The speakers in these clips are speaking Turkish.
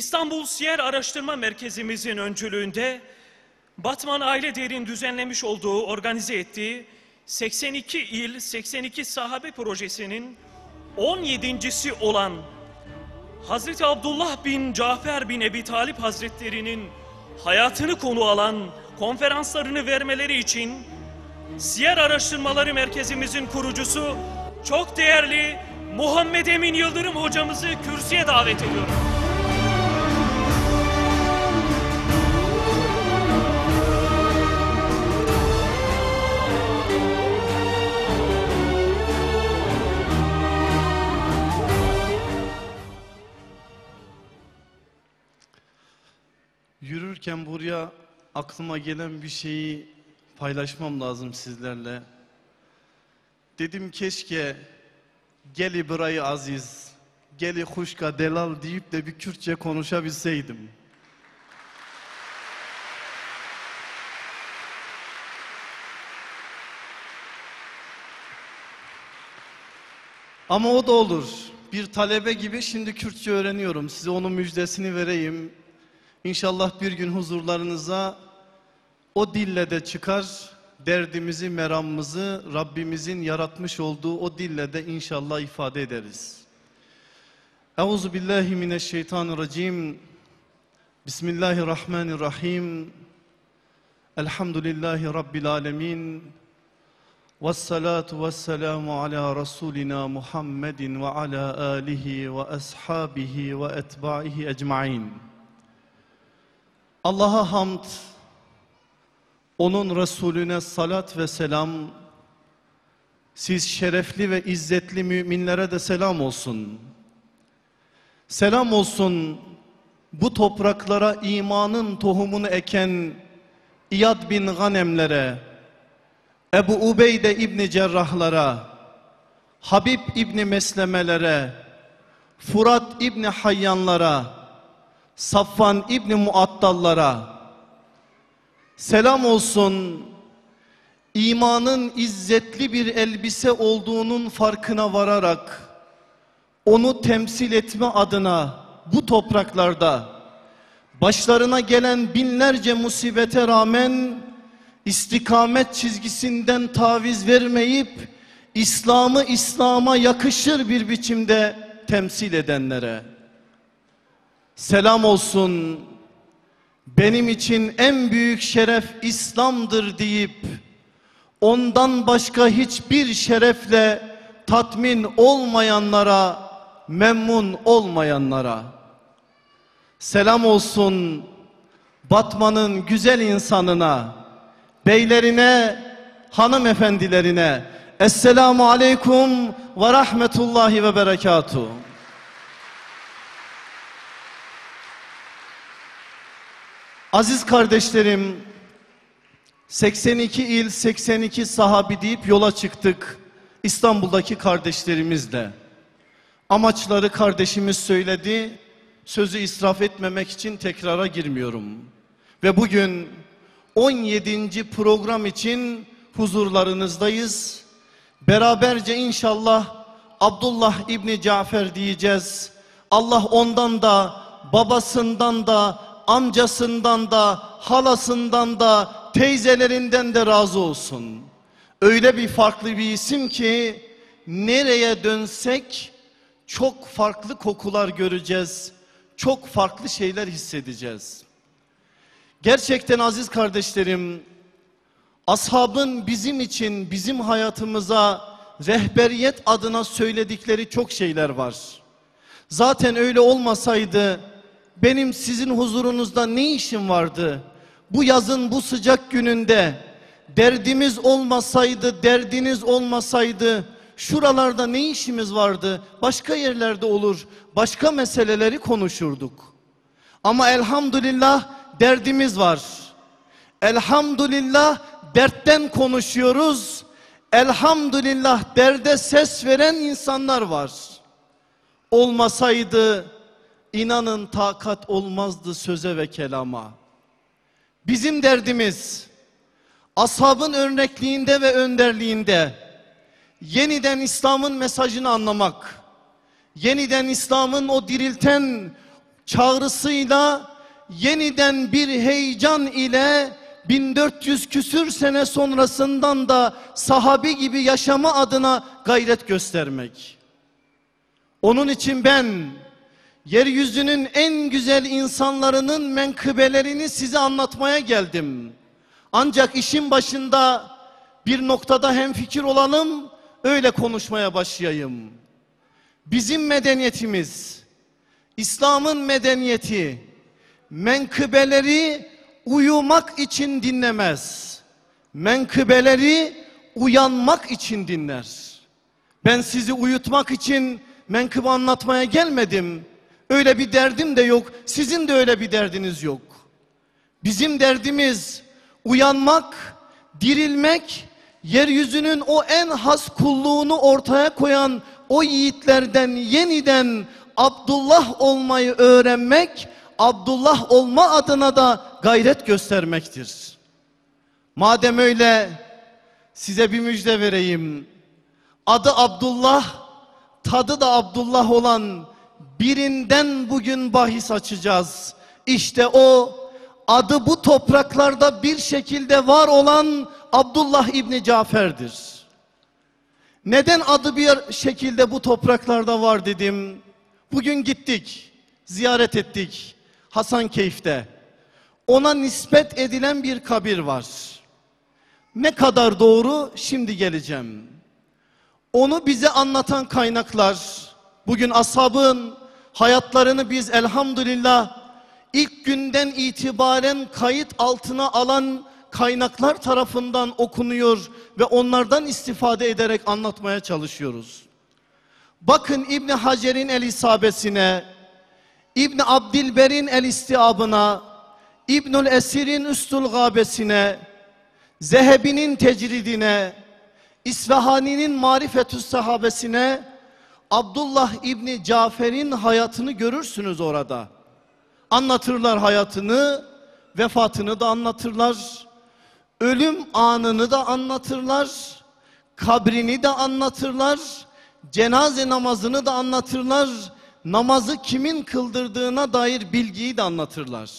İstanbul Siyer Araştırma Merkezimizin öncülüğünde Batman Aile Değer'in düzenlemiş olduğu, organize ettiği 82 il, 82 sahabe projesinin 17.si olan Hazreti Abdullah bin Cafer bin Ebi Talip Hazretleri'nin hayatını konu alan konferanslarını vermeleri için Siyer Araştırmaları Merkezimizin kurucusu çok değerli Muhammed Emin Yıldırım hocamızı kürsüye davet ediyorum. Yürürken buraya aklıma gelen bir şeyi paylaşmam lazım sizlerle. Dedim keşke geli burayı aziz, geli huşka delal deyip de bir Kürtçe konuşabilseydim. Ama o da olur. Bir talebe gibi şimdi Kürtçe öğreniyorum. Size onun müjdesini vereyim. İnşallah bir gün huzurlarınıza o dille de çıkar, derdimizi, meramımızı Rabbimizin yaratmış olduğu o dille de inşallah ifade ederiz. Euzubillahimineşşeytanirracim. Bismillahirrahmanirrahim. Elhamdülillahi Rabbil alemin. Vessalatu vesselamu ala Resulina Muhammedin ve ala alihi ve ashabihi ve etbaihi ecmain. Allah'a hamd, onun Resulüne salat ve selam, siz şerefli ve izzetli müminlere de selam olsun. Selam olsun bu topraklara imanın tohumunu eken İyad bin Ghanemlere, Ebu Ubeyde İbni Cerrahlara, Habib İbni Meslemelere, Furat İbni Hayyanlara, Safvan İbni Muattallara selam olsun. İmanın izzetli bir elbise olduğunun farkına vararak onu temsil etme adına bu topraklarda başlarına gelen binlerce musibete rağmen istikamet çizgisinden taviz vermeyip İslam'ı İslam'a yakışır bir biçimde temsil edenlere selam olsun. Benim için en büyük şeref İslam'dır deyip ondan başka hiçbir şerefle tatmin olmayanlara, memnun olmayanlara selam olsun. Batman'ın güzel insanına, beylerine, hanımefendilerine Esselamu Aleyküm ve Rahmetullahi ve Berekatuhu. Aziz kardeşlerim, 82 il, 82 sahabi deyip yola çıktık İstanbul'daki kardeşlerimizle. Amaçları kardeşimiz söyledi, sözü israf etmemek için tekrara girmiyorum. Ve bugün 17. program için huzurlarınızdayız. Beraberce inşallah Abdullah İbni Cafer diyeceğiz. Allah ondan da, babasından da, amcasından da, halasından da, teyzelerinden de razı olsun. Öyle bir farklı bir isim ki nereye dönsek çok farklı kokular göreceğiz. Çok farklı şeyler hissedeceğiz. Gerçekten aziz kardeşlerim, ashabın bizim için, bizim hayatımıza rehberiyet adına söyledikleri çok şeyler var. Zaten öyle olmasaydı benim sizin huzurunuzda ne işim vardı? Bu yazın bu sıcak gününde derdimiz olmasaydı, derdiniz olmasaydı şuralarda ne işimiz vardı? Başka yerlerde olur, başka meseleleri konuşurduk. Ama elhamdülillah derdimiz var. Elhamdülillah dertten konuşuyoruz. Elhamdülillah derde ses veren insanlar var. Olmasaydı İnanın takat olmazdı söze ve kelama. Bizim derdimiz ashabın örnekliğinde ve önderliğinde yeniden İslam'ın mesajını anlamak. Yeniden İslam'ın o dirilten çağrısıyla yeniden bir heyecan ile 1400 küsür sene sonrasından da sahabi gibi yaşama adına gayret göstermek. Onun için ben yeryüzünün en güzel insanlarının menkıbelerini size anlatmaya geldim. Ancak işin başında bir noktada hemfikir olalım, öyle konuşmaya başlayayım. Bizim medeniyetimiz, İslam'ın medeniyeti, menkıbeleri uyumak için dinlemez. Menkıbeleri uyanmak için dinler. Ben sizi uyutmak için menkıbe anlatmaya gelmedim. Öyle bir derdim de yok. Sizin de öyle bir derdiniz yok. Bizim derdimiz uyanmak, dirilmek, yeryüzünün o en has kulluğunu ortaya koyan o yiğitlerden yeniden Abdullah olmayı öğrenmek, Abdullah olma adına da gayret göstermektir. Madem öyle, size bir müjde vereyim. Adı Abdullah, tadı da Abdullah olan birinden bugün bahis açacağız. İşte o, adı bu topraklarda bir şekilde var olan Abdullah İbni Cafer'dir. Neden adı bir şekilde bu topraklarda var dedim. Bugün gittik, ziyaret ettik Hasankeyf'te. Ona nispet edilen bir kabir var. Ne kadar doğru, şimdi geleceğim. Onu bize anlatan kaynaklar, bugün ashabın hayatlarını biz elhamdülillah ilk günden itibaren kayıt altına alan kaynaklar tarafından okunuyor ve onlardan istifade ederek anlatmaya çalışıyoruz. Bakın İbn Hacer'in el-İsabesine, İbn Abdilber'in el-İstiabına, İbnül Esir'in Üstül Gâbesine, Zehebi'nin tecridine, İsfahani'nin Marifetü's Sahabesine, Abdullah İbni Cafer'in hayatını görürsünüz orada. Anlatırlar hayatını, vefatını da anlatırlar. Ölüm anını da anlatırlar. Kabrini de anlatırlar. Cenaze namazını da anlatırlar. Namazı kimin kıldırdığına dair bilgiyi de anlatırlar.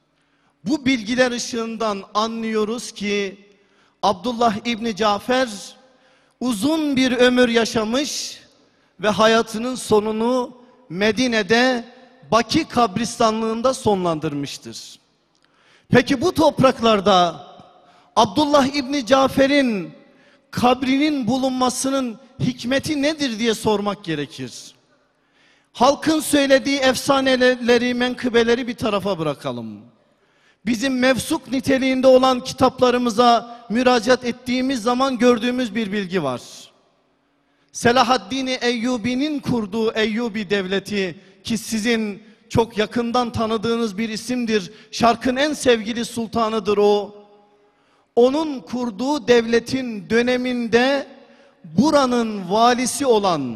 Bu bilgiler ışığından anlıyoruz ki Abdullah İbni Cafer uzun bir ömür yaşamış ve hayatının sonunu Medine'de Baki kabristanlığında sonlandırmıştır. Peki bu topraklarda Abdullah İbni Cafer'in kabrinin bulunmasının hikmeti nedir diye sormak gerekir. Halkın söylediği efsaneleri, menkıbeleri bir tarafa bırakalım. Bizim mevsuk niteliğinde olan kitaplarımıza müracaat ettiğimiz zaman gördüğümüz bir bilgi var. Selahaddin Eyyubi'nin kurduğu Eyyubi devleti, ki sizin çok yakından tanıdığınız bir isimdir. Şarkın en sevgili sultanıdır o. Onun kurduğu devletin döneminde buranın valisi olan,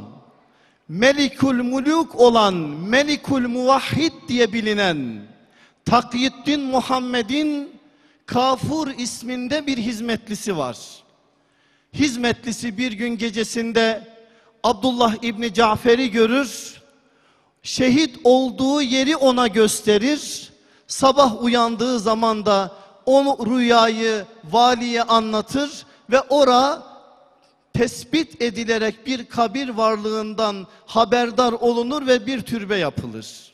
Melikül Muluk olan, Melikül Muvahhid diye bilinen Takyüddin Muhammed'in Kafur isminde bir hizmetlisi var. Hizmetlisi bir gün gecesinde Abdullah İbni Cafer'i görür, şehit olduğu yeri ona gösterir. Sabah uyandığı zaman da onu rüyayı valiye anlatır ve ora tespit edilerek bir kabir varlığından haberdar olunur ve bir türbe yapılır.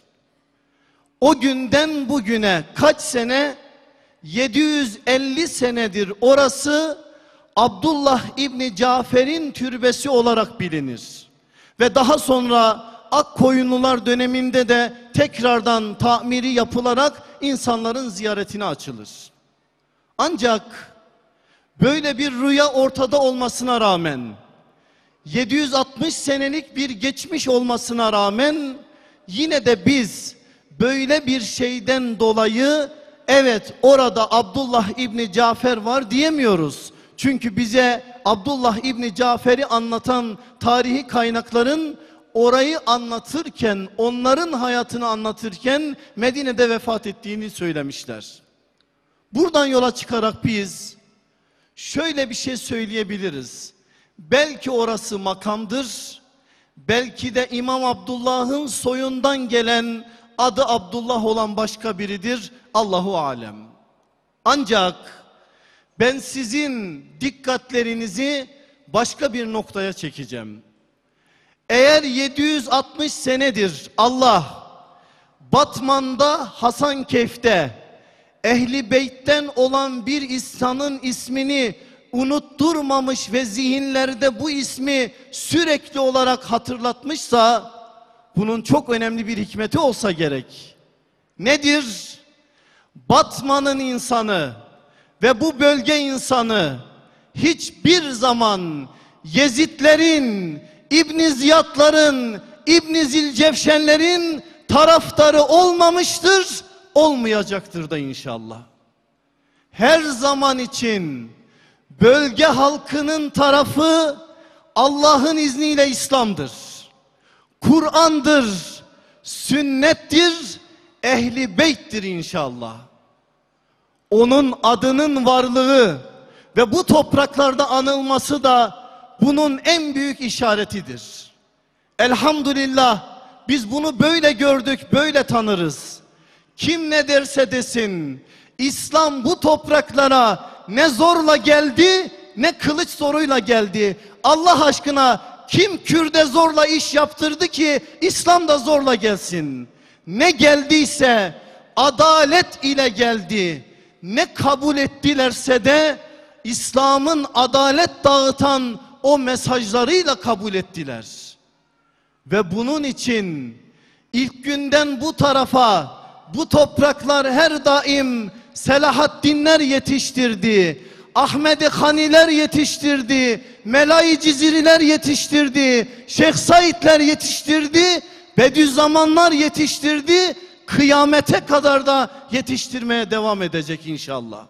O günden bugüne kaç sene? 750 senedir orası Abdullah İbni Cafer'in türbesi olarak bilinir. Ve daha sonra Akkoyunlular döneminde de tekrardan tamiri yapılarak insanların ziyaretine açılır. Ancak böyle bir rüya ortada olmasına rağmen, 760 senelik bir geçmiş olmasına rağmen yine de biz böyle bir şeyden dolayı evet orada Abdullah İbni Cafer var diyemiyoruz. Çünkü bize Abdullah İbni Cafer'i anlatan tarihi kaynakların orayı anlatırken, onların hayatını anlatırken Medine'de vefat ettiğini söylemişler. Buradan yola çıkarak biz şöyle bir şey söyleyebiliriz. Belki orası makamdır, belki de İmam Abdullah'ın soyundan gelen adı Abdullah olan başka biridir. Allahu alem. Ancak ben sizin dikkatlerinizi başka bir noktaya çekeceğim. Eğer 760 senedir Allah Batman'da Hasankeyf'te Ehli Beyt'ten olan bir insanın ismini unutturmamış ve zihinlerde bu ismi sürekli olarak hatırlatmışsa bunun çok önemli bir hikmeti olsa gerek. Nedir? Batman'ın insanı ve bu bölge insanı hiçbir zaman Yezidlerin, İbn Ziyadların, İbn Zilcevşenlerin taraftarı olmamıştır, olmayacaktır da inşallah. Her zaman için bölge halkının tarafı Allah'ın izniyle İslam'dır. Kur'an'dır, sünnettir, Ehli Beyt'tir inşallah. Onun adının varlığı ve bu topraklarda anılması da bunun en büyük işaretidir. Elhamdülillah biz bunu böyle gördük, böyle tanırız. Kim ne derse desin, İslam bu topraklara ne zorla geldi, ne kılıç zoruyla geldi. Allah aşkına kim Kürt'e zorla iş yaptırdı ki İslam da zorla gelsin? Ne geldiyse adalet ile geldi. Ne kabul ettilerse de İslam'ın adalet dağıtan o mesajlarıyla kabul ettiler. Ve bunun için ilk günden bu tarafa bu topraklar her daim Selahaddinler yetiştirdi. Ahmed-i Haniler yetiştirdi. Melai Ciziriler yetiştirdi. Şeyh Saidler yetiştirdi. Bediüzzamanlar yetiştirdi. Kıyamete kadar da yetiştirmeye devam edecek inşallah.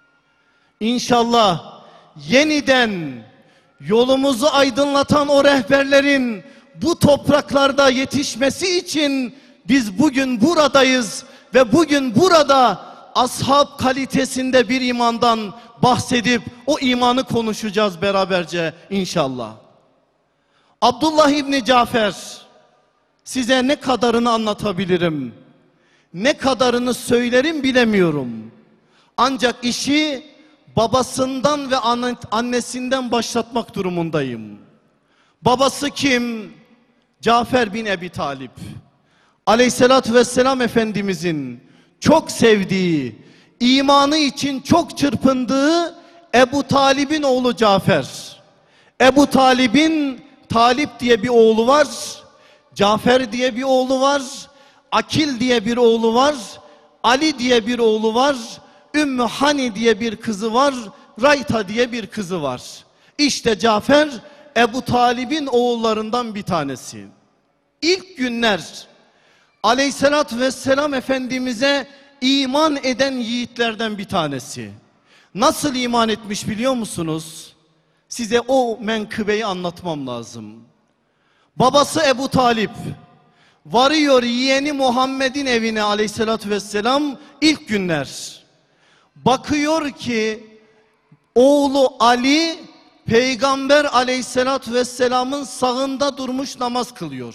İnşallah yeniden yolumuzu aydınlatan o rehberlerin bu topraklarda yetişmesi için biz bugün buradayız ve bugün burada ashab kalitesinde bir imandan bahsedip o imanı konuşacağız beraberce inşallah. Abdullah İbni Cafer, size ne kadarını anlatabilirim, ne kadarını söylerim bilemiyorum. Ancak işi babasından ve annesinden başlatmak durumundayım. Babası kim? Cafer bin Ebi Talip. Aleyhissalatü vesselam Efendimizin çok sevdiği, imanı için çok çırpındığı Ebu Talib'in oğlu Cafer. Ebu Talib'in Talip diye bir oğlu var. Cafer diye bir oğlu var. Akil diye bir oğlu var. Ali diye bir oğlu var. Ümmü Hani diye bir kızı var. Rayta diye bir kızı var. İşte Cafer Ebu Talib'in oğullarından bir tanesi. İlk günler Aleyhissalatü vesselam Efendimiz'e iman eden yiğitlerden bir tanesi. Nasıl iman etmiş biliyor musunuz? Size o menkıbeyi anlatmam lazım. Babası Ebu Talip varıyor yeğeni Muhammed'in evine Aleyhissalatü vesselam ilk günler. Bakıyor ki oğlu Ali Peygamber Aleyhissalatü vesselamın sağında durmuş namaz kılıyor.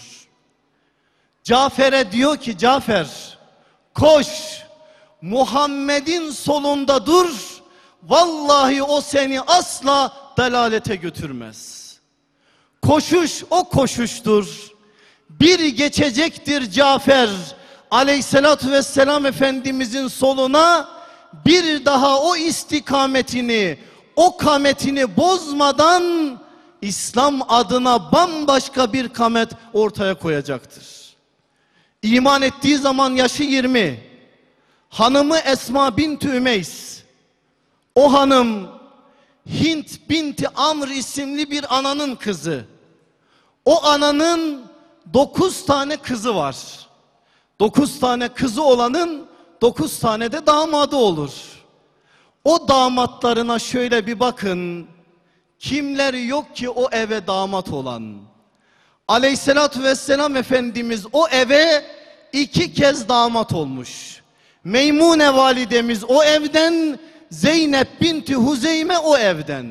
Cafer'e diyor ki Cafer koş Muhammed'in solunda dur. Vallahi o seni asla dalalete götürmez. Koşuş o koşuştur. Bir geçecektir Cafer Aleyhissalatü vesselam Efendimizin soluna, bir daha o istikametini, o kametini bozmadan İslam adına bambaşka bir kamet ortaya koyacaktır. İman ettiği zaman yaşı 20. Hanımı Esma binti Ümeys. O hanım Hint binti Amr isimli bir ananın kızı. O ananın 9 tane kızı var. 9 tane kızı olanın 9 tane de damadı olur. O damatlarına şöyle bir bakın. Kimleri yok ki o eve damat olan? Aleyhissalatü vesselam Efendimiz o eve 2 kez damat olmuş. Meymune validemiz o evden, Zeynep binti Huzeyme o evden.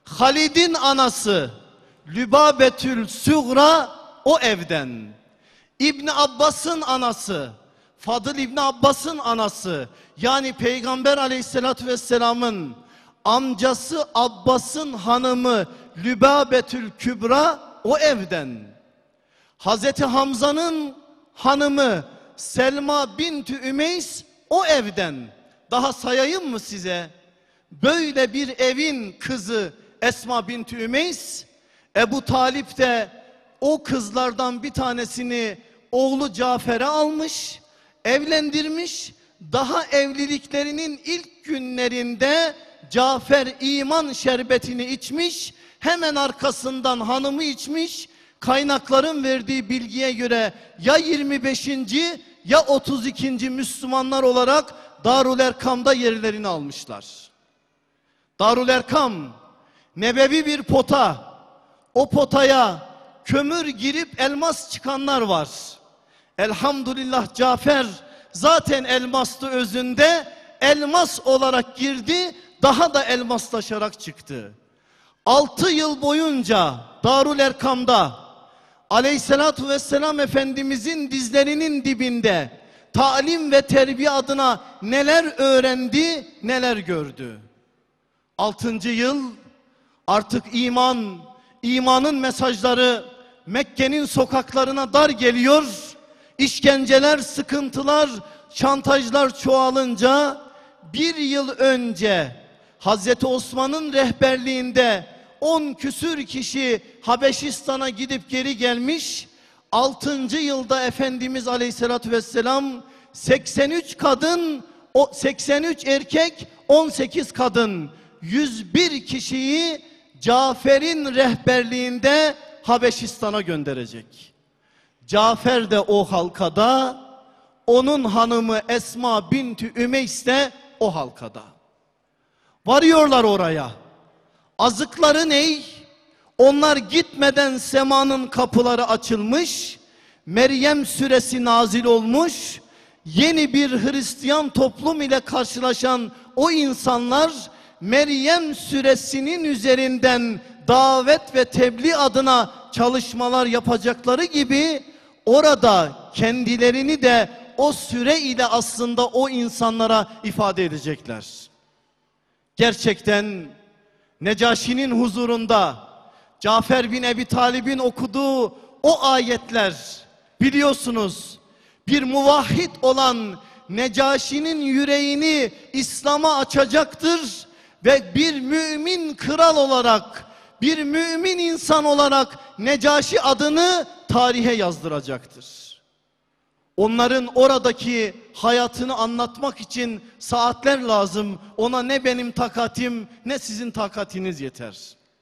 Halid'in anası Lübabetül Sügra o evden. İbni Abbas'ın anası, Fadıl İbni Abbas'ın anası, yani Peygamber Aleyhisselatü Vesselam'ın amcası Abbas'ın hanımı Lübabetül Kübra o evden. Hazreti Hamza'nın hanımı Selma binti Ümeys o evden. Daha sayayım mı size? Böyle bir evin kızı Esma binti Ümeys, Ebu Talip de o kızlardan bir tanesini oğlu Cafer'e almış, evlendirmiş. Daha evliliklerinin ilk günlerinde Cafer iman şerbetini içmiş, hemen arkasından hanımı içmiş. Kaynakların verdiği bilgiye göre ya 25. ya 32. Müslümanlar olarak Darül Erkam'da yerlerini almışlar. Darül Erkam nebevi bir pota, o potaya kömür girip elmas çıkanlar var. Elhamdülillah Cafer zaten elmastı özünde, elmas olarak girdi, daha da elmaslaşarak çıktı. 6 yıl boyunca Darül Erkam'da Aleyhisselatü Vesselam Efendimizin dizlerinin dibinde talim ve terbiye adına neler öğrendi, neler gördü. 6. yıl artık imanın mesajları Mekke'nin sokaklarına dar geliyor. İşkenceler, sıkıntılar, şantajlar çoğalınca bir yıl önce Hazreti Osman'ın rehberliğinde 10 küsür kişi Habeşistan'a gidip geri gelmiş. 6. yılda Efendimiz Aleyhisselatü Vesselam 83 kadın, 83 erkek, 18 kadın, 101 kişiyi Cafer'in rehberliğinde Habeşistan'a gönderecek. Cafer de o halkada, onun hanımı Esma binti Ümeys de o halkada. Varıyorlar oraya. Azıkları ney? Onlar gitmeden semanın kapıları açılmış, Meryem suresi nazil olmuş, yeni bir Hristiyan toplum ile karşılaşan o insanlar Meryem suresinin üzerinden davet ve tebliğ adına çalışmalar yapacakları gibi orada kendilerini de o süre ile aslında o insanlara ifade edecekler. Gerçekten Necaşi'nin huzurunda Cafer bin Ebi Talib'in okuduğu o ayetler, biliyorsunuz bir muvahhid olan Necaşi'nin yüreğini İslam'a açacaktır ve bir mümin kral olarak, bir mümin insan olarak Necaşi adını tarihe yazdıracaktır. Onların oradaki hayatını anlatmak için saatler lazım. Ona ne benim takatim ne sizin takatiniz yeter.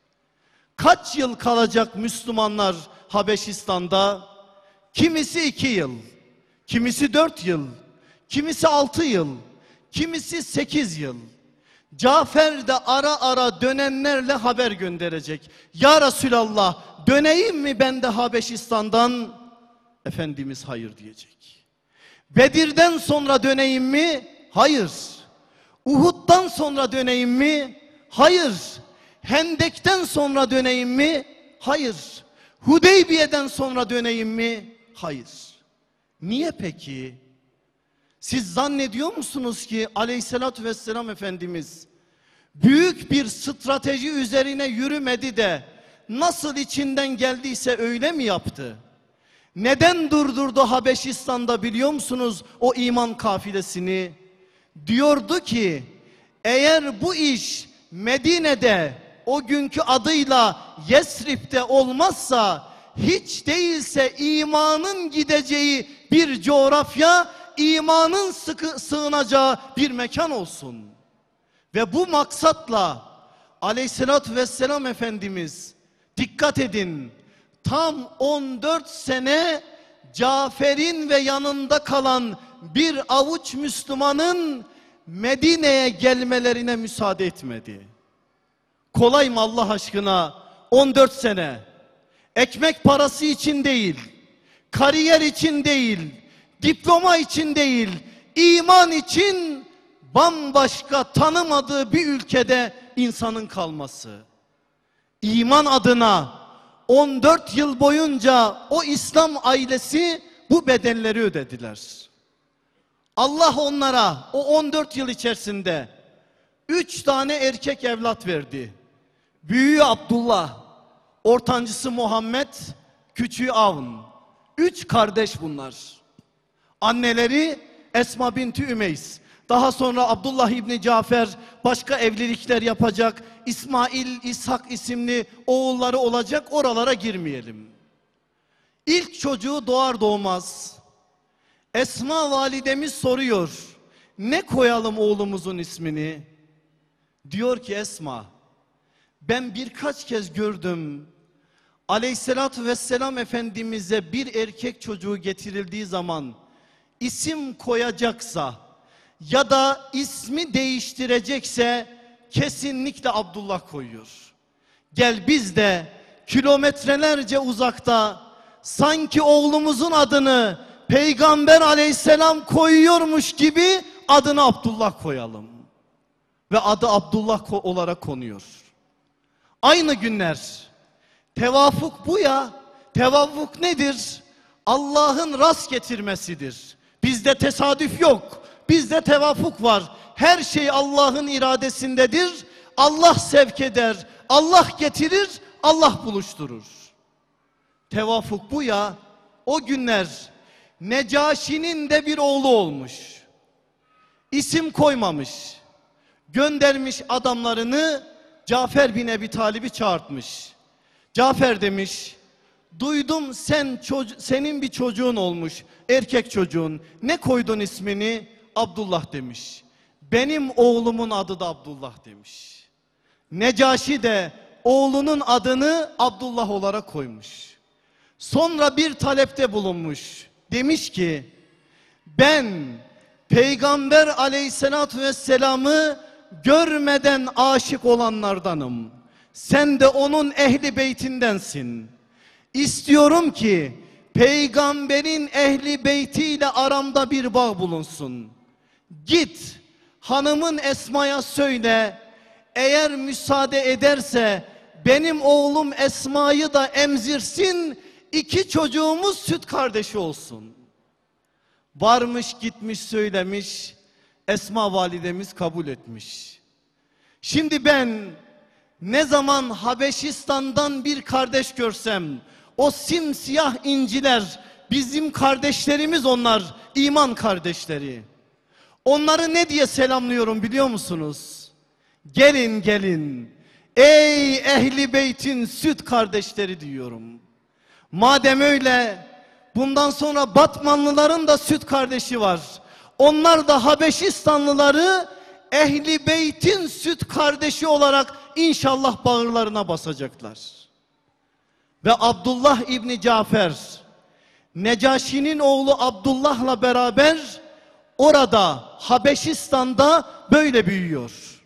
Kaç yıl kalacak Müslümanlar Habeşistan'da? Kimisi 2 yıl, kimisi 4 yıl, kimisi 6 yıl, kimisi 8 yıl. Cafer de ara ara dönenlerle haber gönderecek. Ya Resulallah, döneyim mi ben de Habeşistan'dan? Efendimiz hayır diyecek. Bedir'den sonra döneyim mi? Hayır. Uhud'dan sonra döneyim mi? Hayır. Hendek'ten sonra döneyim mi? Hayır. Hudeybiye'den sonra döneyim mi? Hayır. Niye peki? Siz zannediyor musunuz ki Aleyhisselatü Vesselam Efendimiz büyük bir strateji üzerine yürümedi de nasıl içinden geldiyse öyle mi yaptı? Neden durdurdu Habeşistan'da biliyor musunuz o iman kafilesini? Diyordu ki eğer bu iş Medine'de o günkü adıyla Yesrib'de olmazsa hiç değilse imanın gideceği bir coğrafya, imanın sığınacağı bir mekan olsun. Ve bu maksatla Aleyhisselatü Vesselam Efendimiz, dikkat edin, tam 14 sene Cafer'in ve yanında kalan bir avuç Müslümanın Medine'ye gelmelerine müsaade etmedi. Kolay mı Allah aşkına 14 sene? Ekmek parası için değil, kariyer için değil, diploma için değil, iman için bambaşka tanımadığı bir ülkede insanın kalması. İman adına 14 yıl boyunca o İslam ailesi bu bedelleri ödediler. Allah onlara o 14 yıl içerisinde 3 tane erkek evlat verdi. Büyüğü Abdullah, ortancısı Muhammed, küçüğü Avn. 3 kardeş bunlar. Anneleri Esma binti Ümeys. Daha sonra Abdullah İbni Cafer başka evlilikler yapacak. İsmail, İshak isimli oğulları olacak. Oralara girmeyelim. İlk çocuğu doğar doğmaz Esma validemiz soruyor. Ne koyalım oğlumuzun ismini? Diyor ki Esma, ben birkaç kez gördüm. Aleyhissalatü vesselam Efendimiz'e bir erkek çocuğu getirildiği zaman isim koyacaksa ya da ismi değiştirecekse kesinlikle Abdullah koyuyor. Gel biz de kilometrelerce uzakta sanki oğlumuzun adını Peygamber Aleyhisselam koyuyormuş gibi adını Abdullah koyalım. Ve adı Abdullah olarak konuyor. Aynı günler. Tevafuk bu ya. Tevafuk nedir? Allah'ın rast getirmesidir. Bizde tesadüf yok. Bizde tevafuk var. Her şey Allah'ın iradesindedir. Allah sevk eder. Allah getirir. Allah buluşturur. Tevafuk bu ya. O günler Necaşi'nin de bir oğlu olmuş. İsim koymamış. Göndermiş adamlarını, Cafer bin Ebi Talib'i çağırtmış. Cafer demiş, duydum senin bir çocuğun olmuş, erkek çocuğun. Ne koydun ismini? Abdullah demiş. Benim oğlumun adı da Abdullah demiş. Necaşi de oğlunun adını Abdullah olarak koymuş. Sonra bir talepte bulunmuş. Demiş ki, ben Peygamber Aleyhisselatü Vesselam'ı görmeden aşık olanlardanım. Sen de onun ehli beytindensin. İstiyorum ki Peygamberin ehli beytiyle aramda bir bağ bulunsun. Git hanımın Esma'ya söyle, eğer müsaade ederse benim oğlum Esma'yı da emzirsin, 2 çocuğumuz süt kardeşi olsun. Varmış gitmiş söylemiş, Esma validemiz kabul etmiş. Şimdi ben ne zaman Habeşistan'dan bir kardeş görsem, o simsiyah inciler bizim kardeşlerimiz, onlar iman kardeşleri. Onları ne diye selamlıyorum biliyor musunuz? Gelin gelin ey ehli beytin süt kardeşleri diyorum. Madem öyle, bundan sonra Batmanlıların da süt kardeşi var. Onlar da Habeşistanlıları ehli beytin süt kardeşi olarak inşallah bağırlarına basacaklar. Ve Abdullah İbni Cafer, Necaşi'nin oğlu Abdullah'la beraber orada Habeşistan'da böyle büyüyor.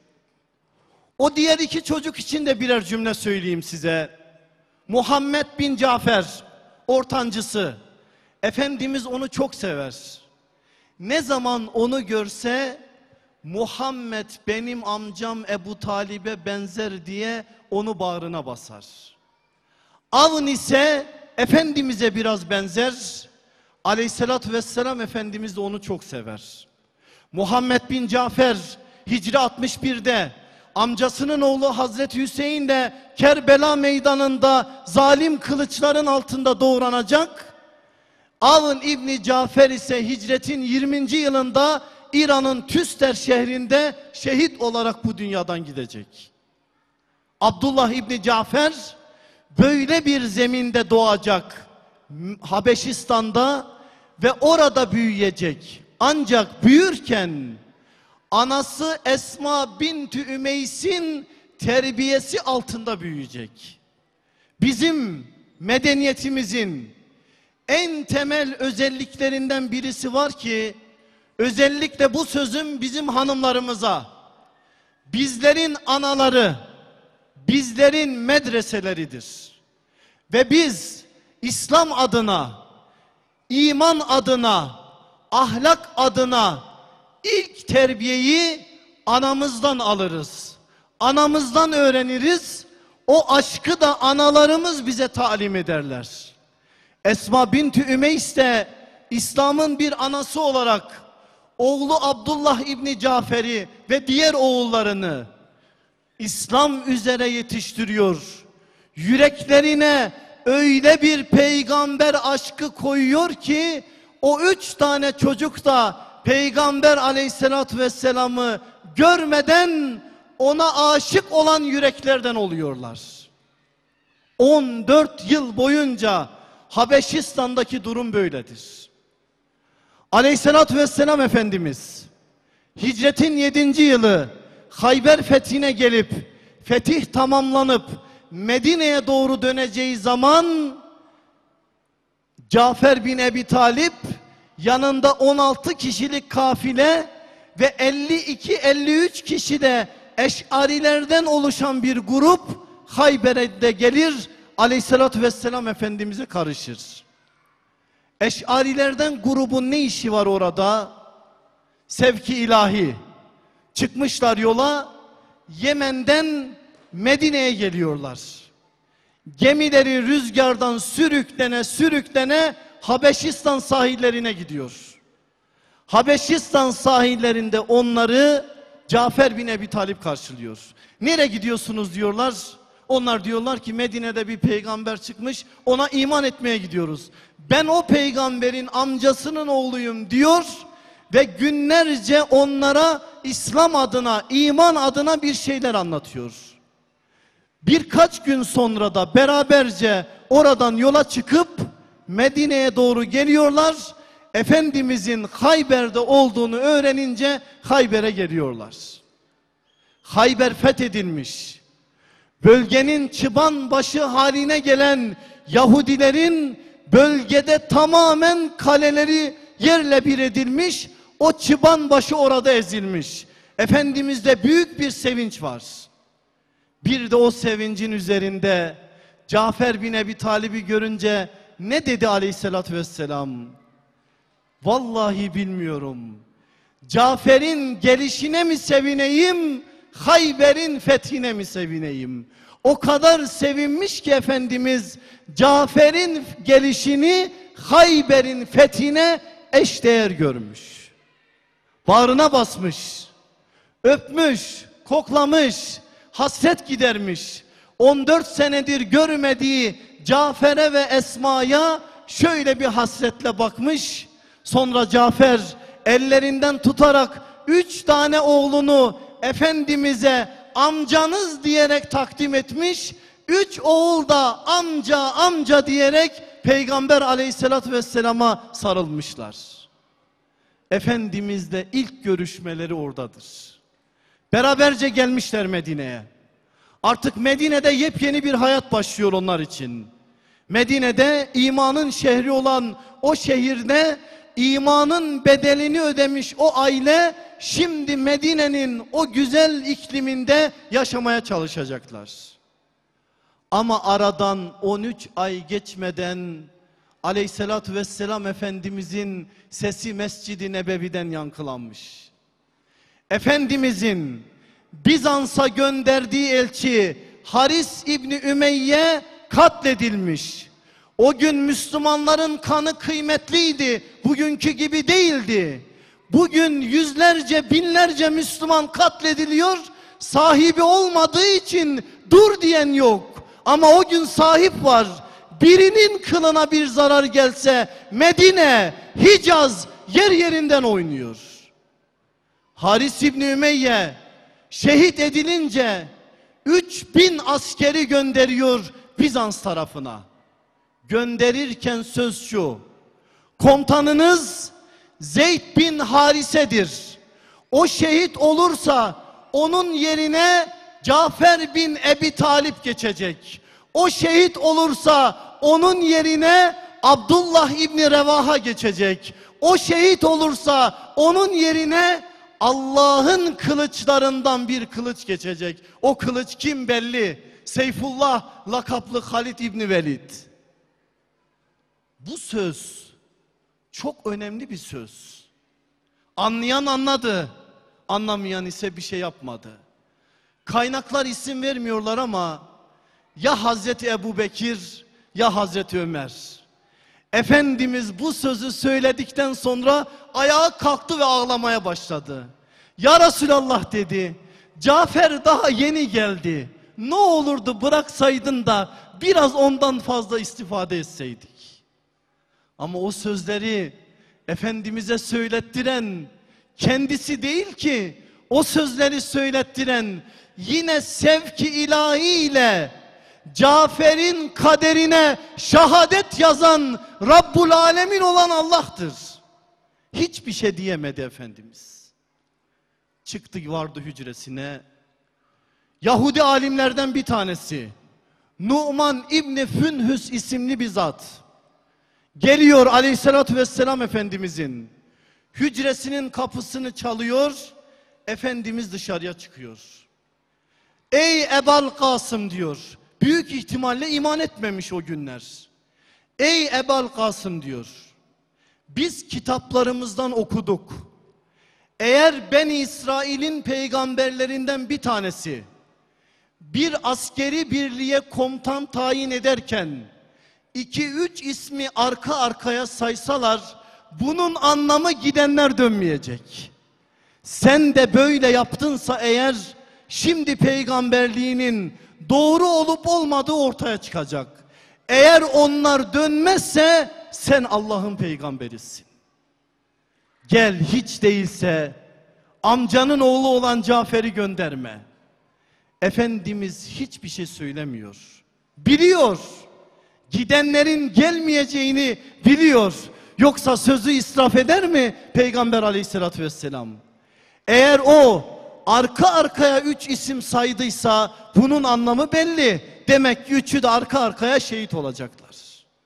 O diğer 2 çocuk için de birer cümle söyleyeyim size. Muhammed bin Cafer, ortancısı. Efendimiz onu çok sever. Ne zaman onu görse, Muhammed benim amcam Ebu Talib'e benzer diye onu bağrına basar. Avn ise Efendimiz'e biraz benzer. Aleyhissalatü vesselam Efendimiz de onu çok sever. Muhammed bin Cafer Hicri 61'de amcasının oğlu Hazreti Hüseyin'le Kerbela meydanında zalim kılıçların altında doğranacak. Avn İbni Cafer ise hicretin 20. yılında İran'ın Tüster şehrinde şehit olarak bu dünyadan gidecek. Abdullah İbni Cafer böyle bir zeminde doğacak, Habeşistan'da, ve orada büyüyecek. Ancak büyürken anası Esma binti Ümeys'in terbiyesi altında büyüyecek. Bizim medeniyetimizin en temel özelliklerinden birisi var ki, özellikle bu sözüm bizim hanımlarımıza, bizlerin anaları, bizlerin medreseleridir. Ve biz İslam adına, iman adına, ahlak adına ilk terbiyeyi anamızdan alırız. Anamızdan öğreniriz. O aşkı da analarımız bize talim ederler. Esma binti Ümeys de İslam'ın bir anası olarak oğlu Abdullah İbni Cafer'i ve diğer oğullarını İslam üzere yetiştiriyor. Yüreklerine öyle bir peygamber aşkı koyuyor ki o 3 tane çocuk da Peygamber aleyhissalatü vesselam'ı görmeden ona aşık olan yüreklerden oluyorlar. 14 yıl boyunca Habeşistan'daki durum böyledir. Aleyhissalatü vesselam Efendimiz hicretin 7. yılı Hayber fethine gelip fetih tamamlanıp Medine'ye doğru döneceği zaman Cafer bin Ebi Talip yanında 16 kişilik kafile ve 52-53 kişi de Eş'arilerden oluşan bir grup Hayber'e gelir, Aleyhissalatü vesselam Efendimiz'e karışır. Eş'arilerden grubun ne işi var orada? Sevki ilahi. Çıkmışlar yola, Yemen'den Medine'ye geliyorlar. Gemileri rüzgardan sürüklene sürüklene Habeşistan sahillerine gidiyor. Habeşistan sahillerinde onları Cafer bin Ebi Talip karşılıyor. Nereye gidiyorsunuz diyorlar. Onlar diyorlar ki Medine'de bir peygamber çıkmış, ona iman etmeye gidiyoruz. Ben o peygamberin amcasının oğluyum diyor ve günlerce onlara İslam adına, iman adına bir şeyler anlatıyor. Birkaç gün sonra da beraberce oradan yola çıkıp Medine'ye doğru geliyorlar. Efendimizin Hayber'de olduğunu öğrenince Hayber'e geliyorlar. Hayber fethedilmiş. Bölgenin çıban başı haline gelen Yahudilerin bölgede tamamen kaleleri yerle bir edilmiş. O çıban başı orada ezilmiş. Efendimiz'de büyük bir sevinç var. Bir de o sevincin üzerinde Cafer bin Ebi Talib'i görünce ne dedi aleyhissalatü vesselam? Vallahi bilmiyorum. Cafer'in gelişine mi sevineyim, Hayber'in fethine mi sevineyim? O kadar sevinmiş ki Efendimiz Cafer'in gelişini Hayber'in fethine eşdeğer görmüş. Bağrına basmış, öpmüş, koklamış, hasret gidermiş. 14 senedir görmediği Cafer'e ve Esma'ya şöyle bir hasretle bakmış. Sonra Cafer ellerinden tutarak 3 tane oğlunu Efendimiz'e amcanız diyerek takdim etmiş. 3 oğul da amca amca diyerek Peygamber aleyhissalatü vesselama sarılmışlar. Efendimiz'le ilk görüşmeleri oradadır. Beraberce gelmişler Medine'ye. Artık Medine'de yepyeni bir hayat başlıyor onlar için. Medine'de imanın şehri olan o şehirde imanın bedelini ödemiş o aile şimdi Medine'nin o güzel ikliminde yaşamaya çalışacaklar. Ama aradan 13 ay geçmeden Aleyhissalatü vesselam Efendimizin sesi Mescid-i Nebevi'den yankılanmış. Efendimizin Bizans'a gönderdiği elçi Haris İbni Ümeyye katledilmiş. O gün Müslümanların kanı kıymetliydi, bugünkü gibi değildi. Bugün yüzlerce, binlerce Müslüman katlediliyor, sahibi olmadığı için dur diyen yok. Ama o gün sahip var. Birinin kılına bir zarar gelse Medine, Hicaz yer yerinden oynuyor. Haris İbni Ümeyye şehit edilince 3000 askeri gönderiyor Bizans tarafına. Gönderirken söz şu: komutanınız Zeyd bin Harise'dir. O şehit olursa onun yerine Cafer bin Ebi Talip geçecek. O şehit olursa onun yerine Abdullah İbni Revaha geçecek. O şehit olursa onun yerine Allah'ın kılıçlarından bir kılıç geçecek. O kılıç kim belli? Seyfullah lakaplı Halid İbni Velid. Bu söz çok önemli bir söz. Anlayan anladı, anlamayan ise bir şey yapmadı. Kaynaklar isim vermiyorlar ama ya Hazreti Ebubekir ya Hazreti Ömer. Efendimiz bu sözü söyledikten sonra ayağa kalktı ve ağlamaya başladı. Ya Resulallah dedi, Cafer daha yeni geldi. Ne olurdu bıraksaydın da biraz ondan fazla istifade etseydik. Ama o sözleri Efendimiz'e söylettiren kendisi değil ki, o sözleri söylettiren yine sevk-i ilahi ile Cafer'in kaderine şehadet yazan Rabbul Alemin olan Allah'tır. Hiçbir şey diyemedi Efendimiz. Çıktı vardı hücresine. Yahudi alimlerden bir tanesi Nu'man İbni Fünhüs isimli bir zat geliyor Aleyhisselatü Vesselam Efendimizin hücresinin kapısını çalıyor. Efendimiz dışarıya çıkıyor. Ey Ebal Kasım diyor. Büyük ihtimalle iman etmemiş o günler. Ey Ebal Kasım diyor. Biz kitaplarımızdan okuduk. Eğer Beni İsrail'in peygamberlerinden bir tanesi bir askeri birliğe komutan tayin ederken 2-3 ismi arka arkaya saysalar bunun anlamı gidenler dönmeyecek. Sen de böyle yaptınsa eğer şimdi peygamberliğinin doğru olup olmadığı ortaya çıkacak. Eğer onlar dönmezse sen Allah'ın peygamberisin. Gel hiç değilse amcanın oğlu olan Cafer'i gönderme. Efendimiz hiçbir şey söylemiyor. Biliyor. Gidenlerin gelmeyeceğini biliyor. Yoksa sözü israf eder mi Peygamber Aleyhisselatü Vesselam? Eğer o arka arkaya 3 isim saydıysa bunun anlamı belli. Demek ki 3'ü de arka arkaya şehit olacaklar.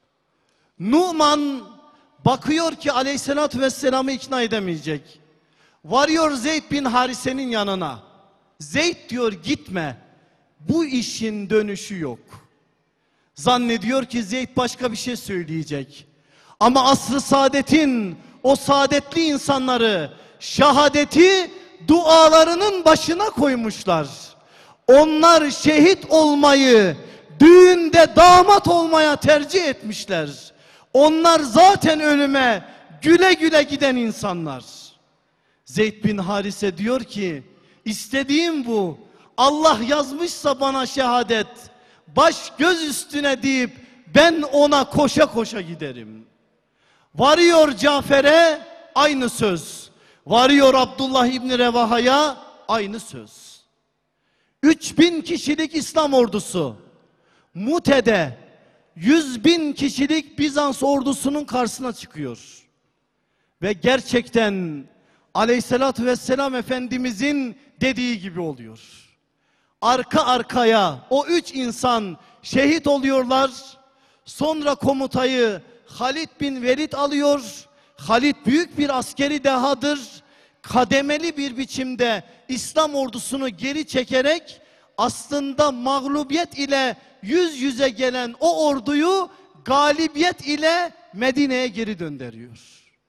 Numan bakıyor ki Aleyhisselatü Vesselam'ı ikna edemeyecek. Varıyor Zeyd bin Harise'nin yanına. Zeyd diyor gitme. Bu işin dönüşü yok. Zannediyor ki Zeyd başka bir şey söyleyecek. Ama asr-ı saadetin o saadetli insanları şehadeti dualarının başına koymuşlar. Onlar şehit olmayı düğünde damat olmaya tercih etmişler. Onlar zaten ölüme güle güle giden insanlar. Zeyd bin Harise diyor ki istediğim bu. Allah yazmışsa bana şehadet baş göz üstüne deyip ben ona koşa koşa giderim. Varıyor Cafer'e aynı söz. Varıyor Abdullah İbni Revaha'ya aynı söz. 3000 kişilik İslam ordusu Mute'de 100.000 kişilik Bizans ordusunun karşısına çıkıyor. Ve gerçekten Aleyhisselatü Vesselam Efendimizin dediği gibi oluyor. Arka arkaya o 3 insan şehit oluyorlar. Sonra komutayı Halid bin Velid alıyor. Halid büyük bir askeri dehadır. Kademeli bir biçimde İslam ordusunu geri çekerek aslında mağlubiyet ile yüz yüze gelen o orduyu galibiyet ile Medine'ye geri döndürüyor.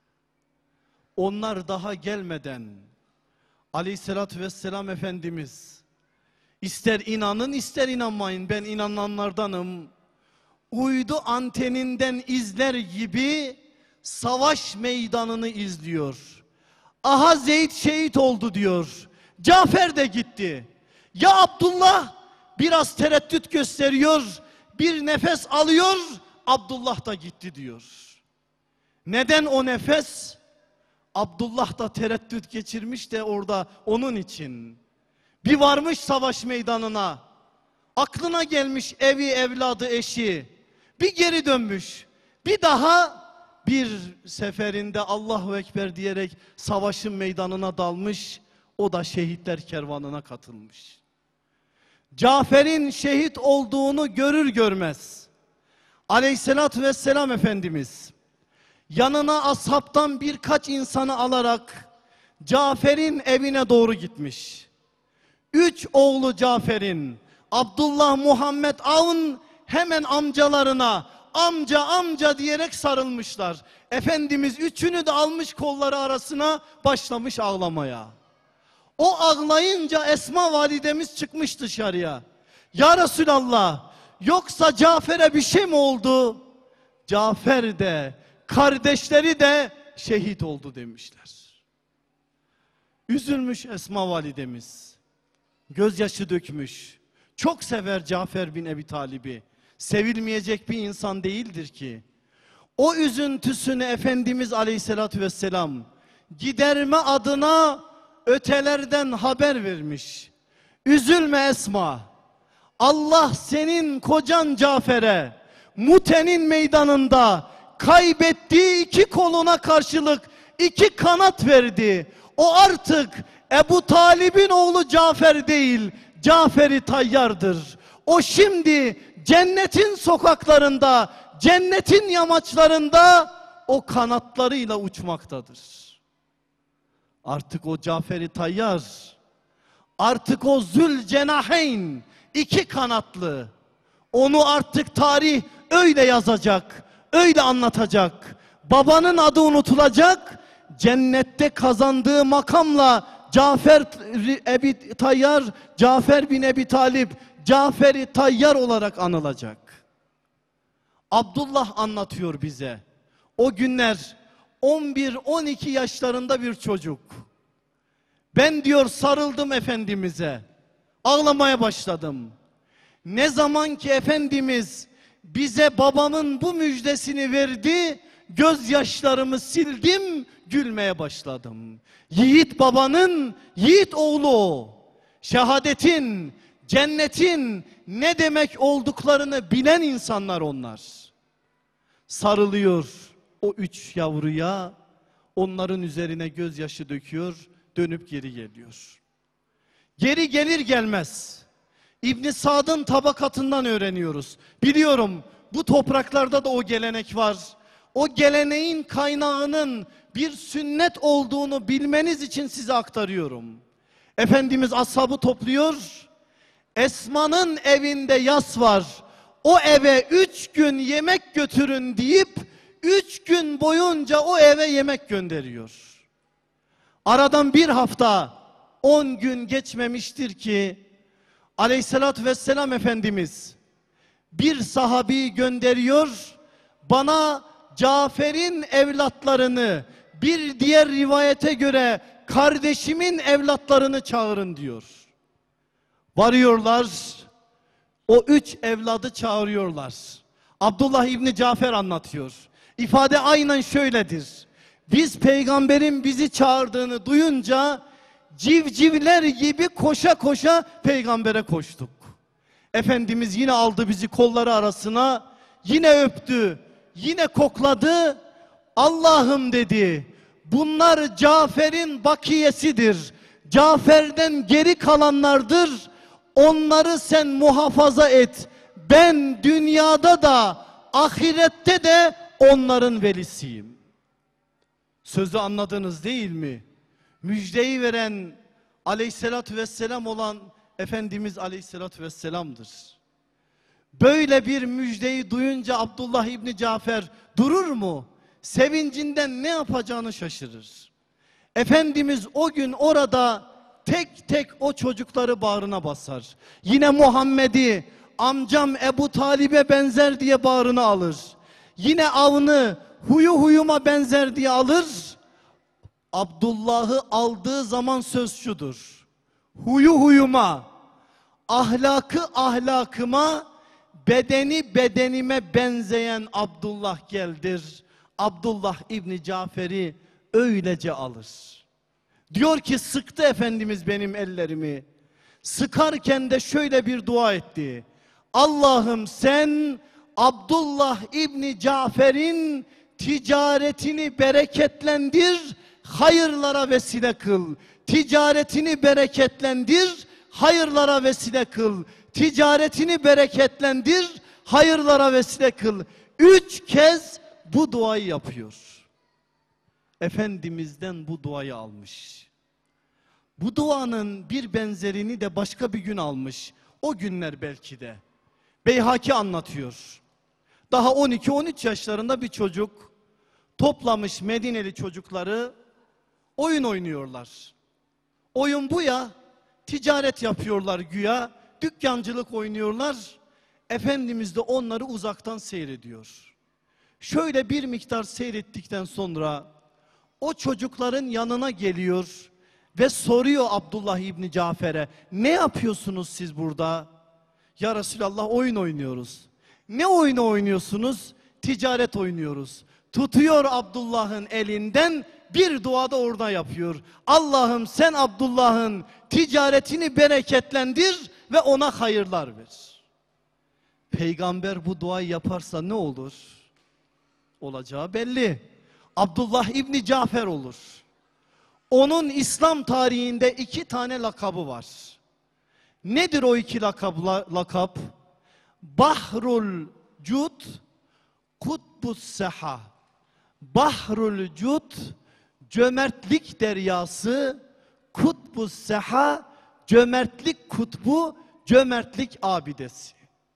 Onlar daha gelmeden Aleyhisselatü Vesselam Efendimiz ister inanın ister inanmayın ben inananlardanım. Uydu anteninden izler gibi savaş meydanını izliyor. Aha Zeyd şehit oldu diyor. Cafer de gitti. Ya Abdullah biraz tereddüt gösteriyor. Bir nefes alıyor. Abdullah da gitti diyor. Neden o nefes? Abdullah da tereddüt geçirmiş de orada onun için. Bir varmış savaş meydanına. Aklına gelmiş evi, evladı, eşi. Bir geri dönmüş. Bir daha bir seferinde Allahu Ekber diyerek savaşın meydanına dalmış. O da şehitler kervanına katılmış. Cafer'in şehit olduğunu görür görmez Aleyhisselatü Vesselam Efendimiz yanına ashabtan birkaç insanı alarak Cafer'in evine doğru gitmiş. 3 oğlu Cafer'in Abdullah, Muhammed, Avn hemen amcalarına amca amca diyerek sarılmışlar. Efendimiz 3'ünü de almış kolları arasına başlamış ağlamaya. O ağlayınca Esma validemiz çıkmış dışarıya. Ya Resulallah yoksa Cafer'e bir şey mi oldu? Cafer de, kardeşleri de şehit oldu demişler. Üzülmüş Esma validemiz. Gözyaşı dökmüş. Çok sever Cafer bin Ebi Talib'i. Sevilmeyecek bir insan değildir ki. O üzüntüsünü Efendimiz Aleyhisselatü Vesselam giderme adına ötelerden haber vermiş. Üzülme Esma. Allah senin kocan Cafer'e Mute'nin meydanında kaybettiği 2 koluna karşılık 2 kanat verdi. O artık Ebu Talib'in oğlu Cafer değil, Cafer-i Tayyar'dır. O şimdi cennetin sokaklarında, cennetin yamaçlarında o kanatlarıyla uçmaktadır. Artık o Cafer-i Tayyar, artık o Zülcenaheyn, 2 kanatlı, onu artık tarih öyle yazacak, öyle anlatacak. Babanın adı unutulacak, cennette kazandığı makamla Cafer Ebi Tayyar, Cafer bin Ebi Talib, Cafer-i Tayyar olarak anılacak. Abdullah anlatıyor bize. O günler 11-12 yaşlarında bir çocuk. Ben diyor sarıldım Efendimiz'e. Ağlamaya başladım. Ne zaman ki Efendimiz bize babamın bu müjdesini verdi, gözyaşlarımı sildim, gülmeye başladım. Yiğit babanın yiğit oğlu o. Şehadetin, cennetin ne demek olduklarını bilen insanlar onlar. Sarılıyor o 3 yavruya, onların üzerine gözyaşı döküyor, dönüp geri geliyor. Geri gelir gelmez İbn Sad'ın tabakatından öğreniyoruz. Biliyorum bu topraklarda da o gelenek var. O geleneğin kaynağının bir sünnet olduğunu bilmeniz için size aktarıyorum. Efendimiz ashabı topluyor. Esma'nın evinde yas var. O eve 3 gün yemek götürün deyip 3 gün boyunca o eve yemek gönderiyor. Aradan 1 hafta 10 gün geçmemiştir ki Aleyhissalatü vesselam Efendimiz bir sahabeyi gönderiyor. Bana Cafer'in evlatlarını, bir diğer rivayete göre kardeşimin evlatlarını çağırın diyor. Varıyorlar, o 3 evladı çağırıyorlar. Abdullah İbni Cafer anlatıyor. İfade aynen şöyledir. Biz peygamberin bizi çağırdığını duyunca civcivler gibi koşa koşa peygambere koştuk. Efendimiz yine aldı bizi kolları arasına, yine öptü, yine kokladı. Allah'ım dedi, bunlar Cafer'in bakiyesidir. Cafer'den geri kalanlardır. Onları sen muhafaza et. Ben dünyada da ahirette de onların velisiyim. Sözü anladınız değil mi? Müjdeyi veren Aleyhisselatü Vesselam olan Efendimiz Aleyhisselatü Vesselam'dır. Böyle bir müjdeyi duyunca Abdullah İbni Cafer durur mu? Sevincinden ne yapacağını şaşırır. Efendimiz o gün orada tek tek o çocukları bağrına basar. Yine Muhammed'i amcam Ebu Talib'e benzer diye bağrına alır. Yine avını huyu huyuma benzer diye alır. Abdullah'ı aldığı zaman söz şudur: huyu huyuma, ahlakı ahlakıma, bedeni bedenime benzeyen Abdullah geldir. Abdullah İbni Cafer'i öylece alır. Diyor ki sıktı Efendimiz benim ellerimi. Sıkarken de şöyle bir dua etti: Allah'ım sen Abdullah İbni Cafer'in ticaretini bereketlendir, hayırlara vesile kıl. Ticaretini bereketlendir, hayırlara vesile kıl. Ticaretini bereketlendir, hayırlara vesile kıl. 3 kez bu duayı yapıyor. Efendimiz'den bu duayı almış. Bu duanın bir benzerini de başka bir gün almış. O günler belki de. Beyhaki anlatıyor. Daha 12-13 yaşlarında bir çocuk toplamış Medineli çocukları, oyun oynuyorlar. Oyun bu ya, ticaret yapıyorlar güya, dükkancılık oynuyorlar. Efendimiz de onları uzaktan seyrediyor. Şöyle bir miktar seyrettikten sonra o çocukların yanına geliyor ve soruyor Abdullah İbni Cafer'e, ne yapıyorsunuz siz burada? Ya Resulallah, oyun oynuyoruz. Ne oyunu oynuyorsunuz? Ticaret oynuyoruz. Tutuyor Abdullah'ın elinden, bir dua da orada yapıyor. Allah'ım sen Abdullah'ın ticaretini bereketlendir ve ona hayırlar ver. Peygamber bu duayı yaparsa ne olur? Olacağı belli. Abdullah İbni Cafer olur. Onun İslam tarihinde 2 tane lakabı var. Nedir o 2 lakap? Bahrul Cud, Kutbus Seha. Bahrul Cud, cömertlik deryası, Kutbus Seha, cömertlik kutbu, cömertlik abidesi.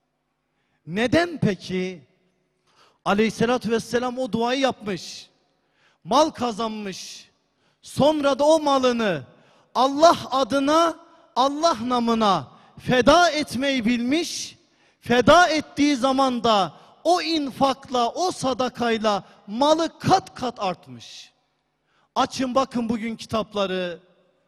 Neden peki? Aleyhissalatü vesselam o duayı yapmış. Mal kazanmış. Sonra da o malını Allah adına, Allah namına feda etmeyi bilmiş. Feda ettiği zaman da o infakla, o sadakayla malı kat kat artmış. Açın bakın bugün kitapları.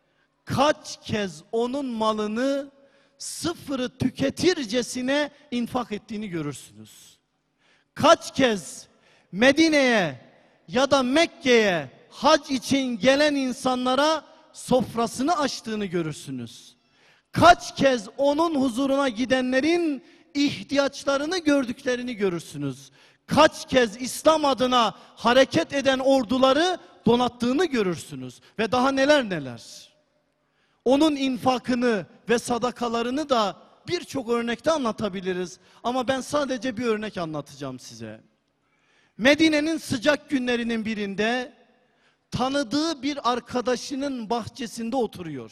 Kaç kez onun malını sıfırı tüketircesine infak ettiğini görürsünüz. Kaç kez Medine'ye ya da Mekke'ye hac için gelen insanlara sofrasını açtığını görürsünüz. Kaç kez onun huzuruna gidenlerin ihtiyaçlarını gördüklerini görürsünüz. Kaç kez İslam adına hareket eden orduları donattığını görürsünüz. Ve daha neler neler. Onun infakını ve sadakalarını da birçok örnekte anlatabiliriz. Ama ben sadece bir örnek anlatacağım size. Medine'nin sıcak günlerinin birinde tanıdığı bir arkadaşının bahçesinde oturuyor.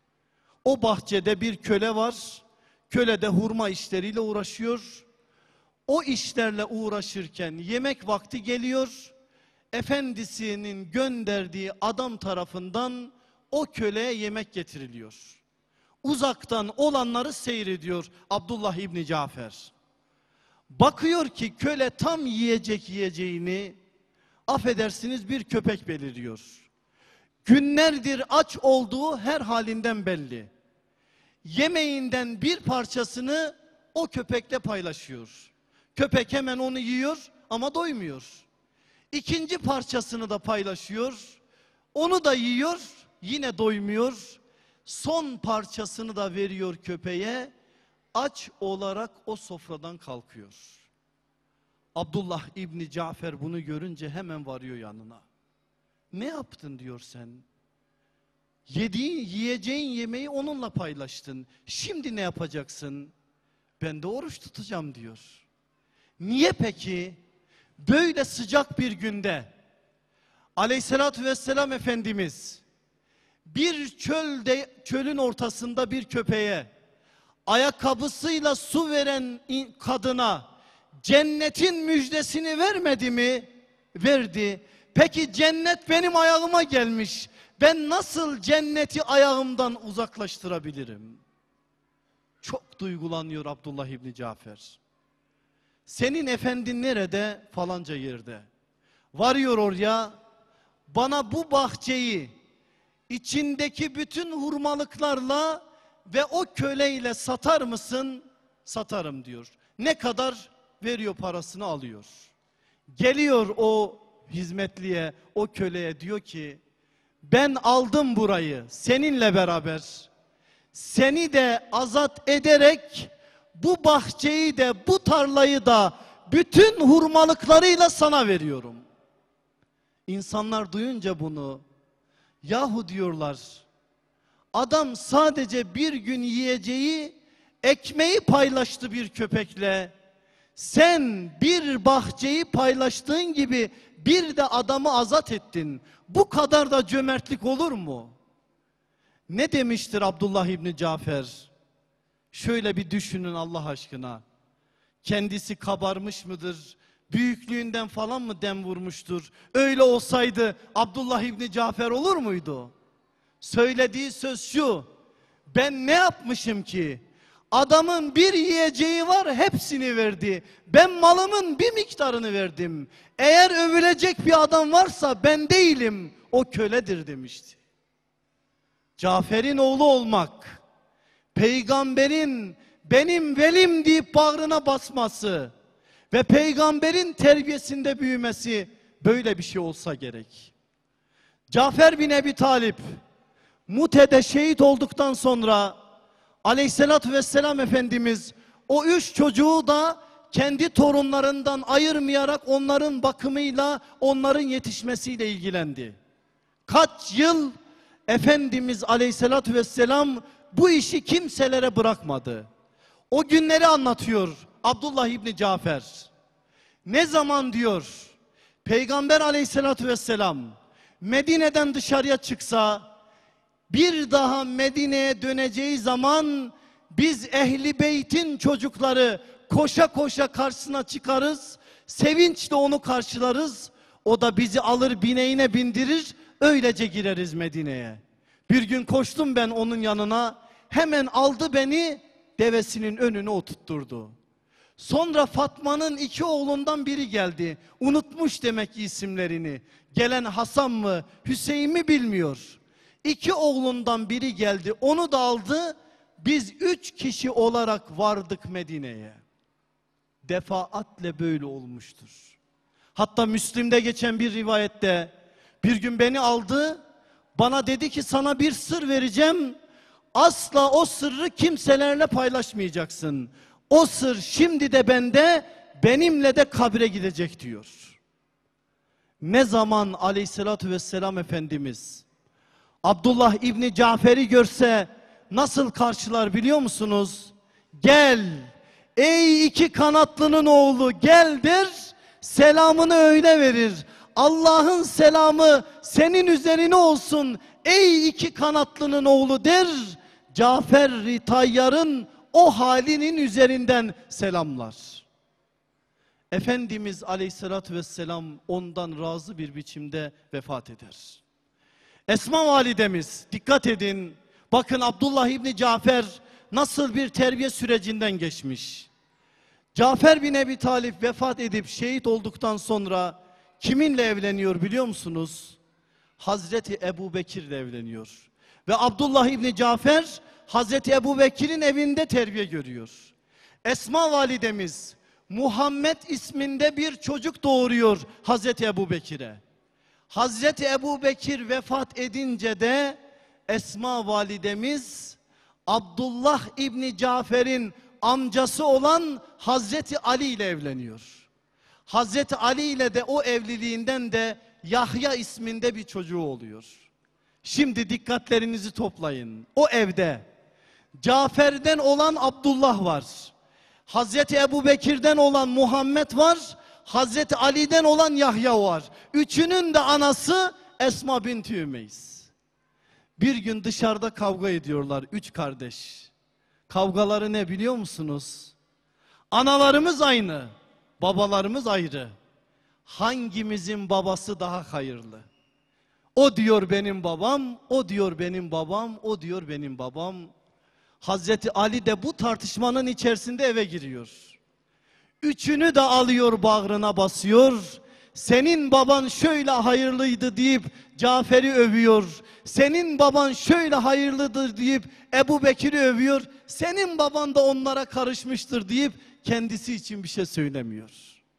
O bahçede bir köle var. Köle de hurma işleriyle uğraşıyor. O işlerle uğraşırken yemek vakti geliyor. Efendisinin gönderdiği adam tarafından o köleye yemek getiriliyor. Uzaktan olanları seyrediyor Abdullah İbni Cafer. Bakıyor ki köle tam yiyeceğini, affedersiniz, bir köpek beliriyor. Günlerdir aç olduğu her halinden belli. Yemeğinden bir parçasını o köpekle paylaşıyor. Köpek hemen onu yiyor ama doymuyor. İkinci parçasını da paylaşıyor. Onu da yiyor, yine doymuyor. Son parçasını da veriyor köpeğe. Aç olarak o sofradan kalkıyor. Abdullah İbni Cafer bunu görünce hemen varıyor yanına. Ne yaptın diyor sen? Yiyeceğin yemeği onunla paylaştın. Şimdi ne yapacaksın? Ben de oruç tutacağım diyor. Niye peki? Böyle sıcak bir günde Aleyhissalatü vesselam Efendimiz bir çölün ortasında bir köpeğe, ayakkabısıyla su veren kadına cennetin müjdesini vermedi mi? Verdi. Peki cennet benim ayağıma gelmiş. Ben nasıl cenneti ayağımdan uzaklaştırabilirim? Çok duygulanıyor Abdullah İbni Cafer. Senin efendin nerede? Falanca yerde. Varıyor oraya. Bana bu bahçeyi içindeki bütün hurmalıklarla ve o köleyle satar mısın? Satarım diyor. Ne kadar? Veriyor, parasını alıyor. Geliyor o hizmetliye, o köleye, diyor ki ben aldım burayı seninle beraber. Seni de azat ederek bu bahçeyi de bu tarlayı da bütün hurmalıklarıyla sana veriyorum. İnsanlar duyunca bunu, yahu diyorlar, adam sadece bir gün yiyeceği ekmeği paylaştı bir köpekle. Sen bir bahçeyi paylaştığın gibi bir de adamı azat ettin. Bu kadar da cömertlik olur mu? Ne demiştir Abdullah İbni Cafer? Şöyle bir düşünün Allah aşkına. Kendisi kabarmış mıdır? Büyüklüğünden falan mı dem vurmuştur? Öyle olsaydı Abdullah İbni Cafer olur muydu? Söylediği söz şu: ben ne yapmışım ki? Adamın bir yiyeceği var, hepsini verdi. Ben malımın bir miktarını verdim. Eğer övülecek bir adam varsa ben değilim, o köledir demişti. Cafer'in oğlu olmak, peygamberin benim velim deyip bağrına basması ve peygamberin terbiyesinde büyümesi böyle bir şey olsa gerek. Cafer bin Ebi Talip Mute'de şehit olduktan sonra Aleyhisselatü Vesselam Efendimiz o 3 çocuğu da kendi torunlarından ayırmayarak onların bakımıyla, onların yetişmesiyle ilgilendi. Kaç yıl Efendimiz Aleyhisselatü Vesselam bu işi kimselere bırakmadı. O günleri anlatıyor Abdullah İbni Cafer. Ne zaman diyor Peygamber Aleyhisselatü Vesselam Medine'den dışarıya çıksa, bir daha Medine'ye döneceği zaman biz Ehli Beyt'in çocukları koşa koşa karşısına çıkarız, sevinçle onu karşılarız. O da bizi alır bineğine bindirir, öylece gireriz Medine'ye. Bir gün koştum ben onun yanına, hemen aldı beni, devesinin önüne oturtturdu. Sonra Fatma'nın 2 oğlundan biri geldi. Unutmuş demek ki isimlerini. Gelen Hasan mı, Hüseyin mi bilmiyor. 2 oğlundan biri geldi, onu da aldı. Biz 3 kişi olarak vardık Medine'ye. Defaatle böyle olmuştur. Hatta Müslim'de geçen bir rivayette bir gün beni aldı, bana dedi ki sana bir sır vereceğim. Asla o sırrı kimselerle paylaşmayacaksın. O sır şimdi de bende, benimle de kabre gidecek diyor. Ne zaman Aleyhisselatü Vesselam Efendimiz Abdullah İbni Cafer'i görse nasıl karşılar biliyor musunuz? Gel ey 2 kanatlının oğlu gel der, selamını öyle verir. Allah'ın selamı senin üzerine olsun ey 2 kanatlının oğlu der. Cafer-i Tayyar'ın o halinin üzerinden selamlar. Efendimiz Aleyhisselatü Vesselam ondan razı bir biçimde vefat eder. Esma validemiz, dikkat edin, bakın Abdullah İbni Cafer nasıl bir terbiye sürecinden geçmiş. Cafer bin Ebi Talip vefat edip şehit olduktan sonra kiminle evleniyor biliyor musunuz? Hazreti Ebu Bekir'le evleniyor. Ve Abdullah İbni Cafer Hazreti Ebu Bekir'in evinde terbiye görüyor. Esma validemiz Muhammed isminde bir çocuk doğuruyor Hazreti Ebu Bekir'e. Hazreti Ebu Bekir vefat edince de Esma validemiz Abdullah İbni Cafer'in amcası olan Hazreti Ali ile evleniyor. Hazreti Ali ile de o evliliğinden de Yahya isminde bir çocuğu oluyor. Şimdi dikkatlerinizi toplayın. O evde Cafer'den olan Abdullah var. Hazreti Ebu Bekir'den olan Muhammed var. Hazreti Ali'den olan Yahya var. Üçünün de anası Esma binti Ümeys. Bir gün dışarıda kavga ediyorlar 3 kardeş. Kavgaları ne biliyor musunuz? Analarımız aynı, babalarımız ayrı. Hangimizin babası daha hayırlı? O diyor benim babam, o diyor benim babam, o diyor benim babam. Hazreti Ali de bu tartışmanın içerisinde eve giriyor. Üçünü de alıyor bağrına basıyor. Senin baban şöyle hayırlıydı deyip Cafer'i övüyor. Senin baban şöyle hayırlıdır deyip Ebu Bekir'i övüyor. Senin baban da onlara karışmıştır deyip kendisi için bir şey söylemiyor.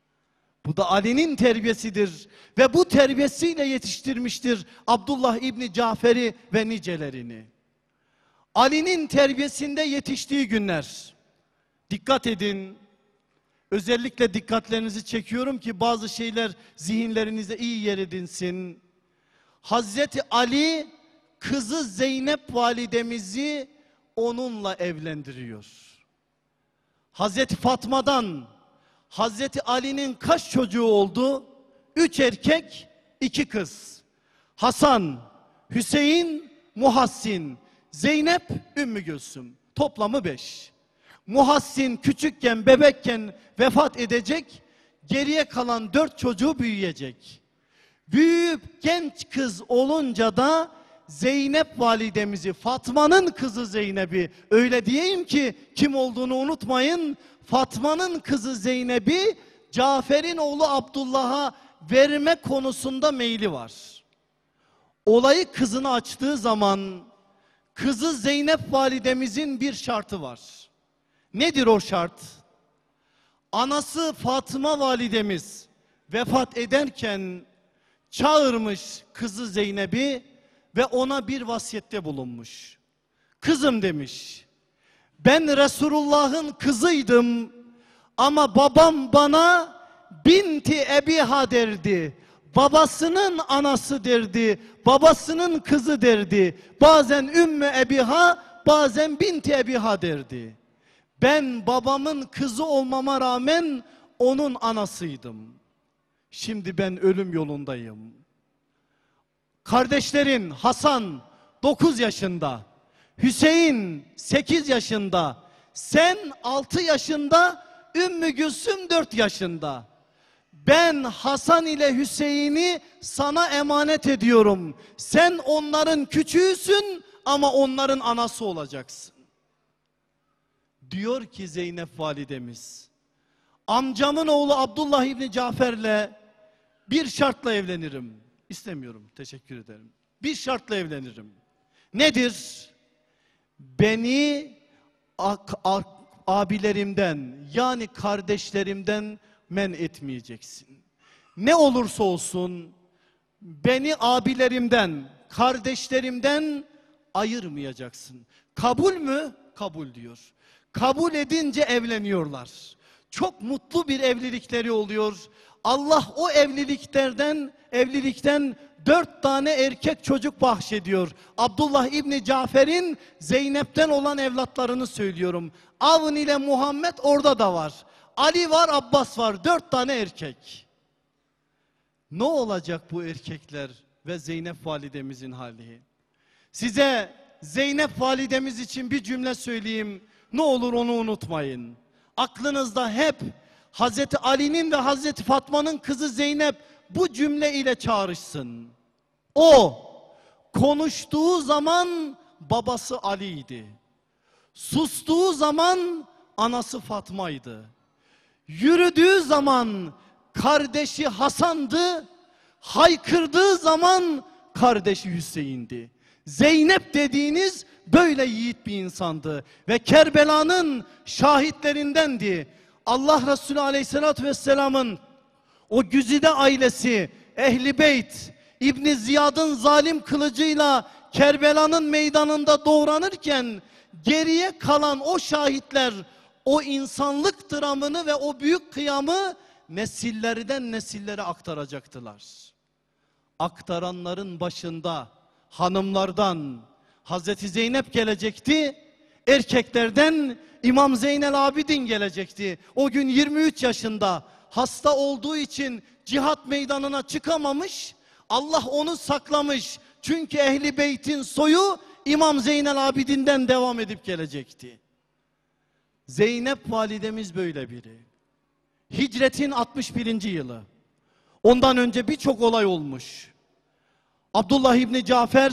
Bu da Ali'nin terbiyesidir ve bu terbiyesiyle yetiştirmiştir Abdullah İbni Cafer'i ve nicelerini. Ali'nin terbiyesinde yetiştiği günler. Dikkat edin. Özellikle dikkatlerinizi çekiyorum ki bazı şeyler zihinlerinize iyi yer edinsin. Hazreti Ali kızı Zeynep validemizi onunla evlendiriyor. Hazreti Fatma'dan Hazreti Ali'nin kaç çocuğu oldu? 3 erkek, 2 kız. Hasan, Hüseyin, Muhassin, Zeynep, Ümmü Gülsüm. Toplamı 5. Muhassin küçükken, bebekken vefat edecek. Geriye kalan 4 çocuğu büyüyecek. Büyüyüp genç kız olunca da Zeynep validemizi, Fatma'nın kızı Zeynep'i, öyle diyeyim ki kim olduğunu unutmayın, Fatma'nın kızı Zeynep'i Cafer'in oğlu Abdullah'a verme konusunda meyli var. Olayı kızını açtığı zaman kızı Zeynep validemizin bir şartı var. Nedir o şart? Anası Fatıma validemiz vefat ederken çağırmış kızı Zeynep'i ve ona bir vasiyette bulunmuş. Kızım demiş, ben Resulullah'ın kızıydım ama babam bana binti Ebiha derdi. Babasının anası derdi, babasının kızı derdi. Bazen Ümmü Ebiha, bazen binti Ebiha derdi. Ben babamın kızı olmama rağmen onun anasıydım. Şimdi ben ölüm yolundayım. Kardeşlerin Hasan 9 yaşında, Hüseyin 8 yaşında, sen 6 yaşında, Ümmü Gülsüm 4 yaşında. Ben Hasan ile Hüseyin'i sana emanet ediyorum. Sen onların küçüğüsün ama onların anası olacaksın. Diyor ki Zeynep validemiz, amcamın oğlu Abdullah İbni Cafer'le bir şartla evlenirim. İstemiyorum, teşekkür ederim. Bir şartla evlenirim. Nedir? Beni abilerimden, yani kardeşlerimden men etmeyeceksin. Ne olursa olsun beni abilerimden, kardeşlerimden ayırmayacaksın. Kabul mü? Kabul diyor. Kabul edince evleniyorlar. Çok mutlu bir evlilikleri oluyor. Allah o evlilikten 4 tane erkek çocuk bahşediyor. Abdullah İbni Cafer'in Zeynep'ten olan evlatlarını söylüyorum. Avn ile Muhammed orada da var. Ali var, Abbas var. 4 tane erkek. Ne olacak bu erkekler ve Zeynep validemizin hali? Size Zeynep validemiz için bir cümle söyleyeyim. Ne olur onu unutmayın. Aklınızda hep Hazreti Ali'nin ve Hazreti Fatma'nın kızı Zeynep bu cümle ile çağrışsın. O konuştuğu zaman babası Ali'ydi. Sustuğu zaman anası Fatma'ydı. Yürüdüğü zaman kardeşi Hasan'dı. Haykırdığı zaman kardeşi Hüseyin'di. Zeynep dediğiniz böyle yiğit bir insandı ve Kerbela'nın şahitlerindendi. Allah Resulü Aleyhisselatü Vesselam'ın o güzide ailesi Ehli Beyt İbni Ziyad'ın zalim kılıcıyla Kerbela'nın meydanında doğranırken geriye kalan o şahitler o insanlık dramını ve o büyük kıyamı nesillerden nesillere aktaracaktılar. Aktaranların başında hanımlardan Hazreti Zeynep gelecekti, erkeklerden İmam Zeynel Abidin gelecekti. O gün 23 yaşında, hasta olduğu için cihat meydanına çıkamamış, Allah onu saklamış. Çünkü Ehli Beyt'in soyu İmam Zeynel Abidin'den devam edip gelecekti. Zeynep validemiz böyle biri. Hicretin 61. yılı. Ondan önce birçok olay olmuş. Abdullah İbni Cafer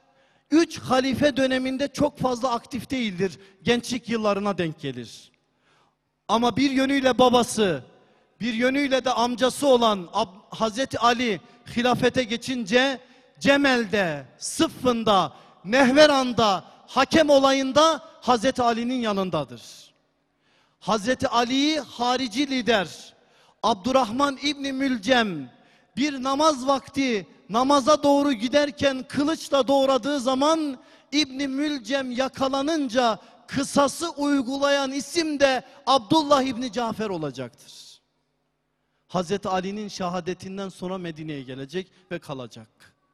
3 halife döneminde çok fazla aktif değildir. Gençlik yıllarına denk gelir. Ama bir yönüyle babası, bir yönüyle de amcası olan Hazreti Ali hilafete geçince Cemel'de, Sıffın'da, Nehveran'da, Hakem olayında Hazreti Ali'nin yanındadır. Hazreti Ali'yi harici lider Abdurrahman İbni Mülcem bir namaz vakti namaza doğru giderken kılıçla doğradığı zaman İbni Mülcem yakalanınca kısası uygulayan isim de Abdullah İbni Cafer olacaktır. Hazreti Ali'nin şehadetinden sonra Medine'ye gelecek ve kalacak.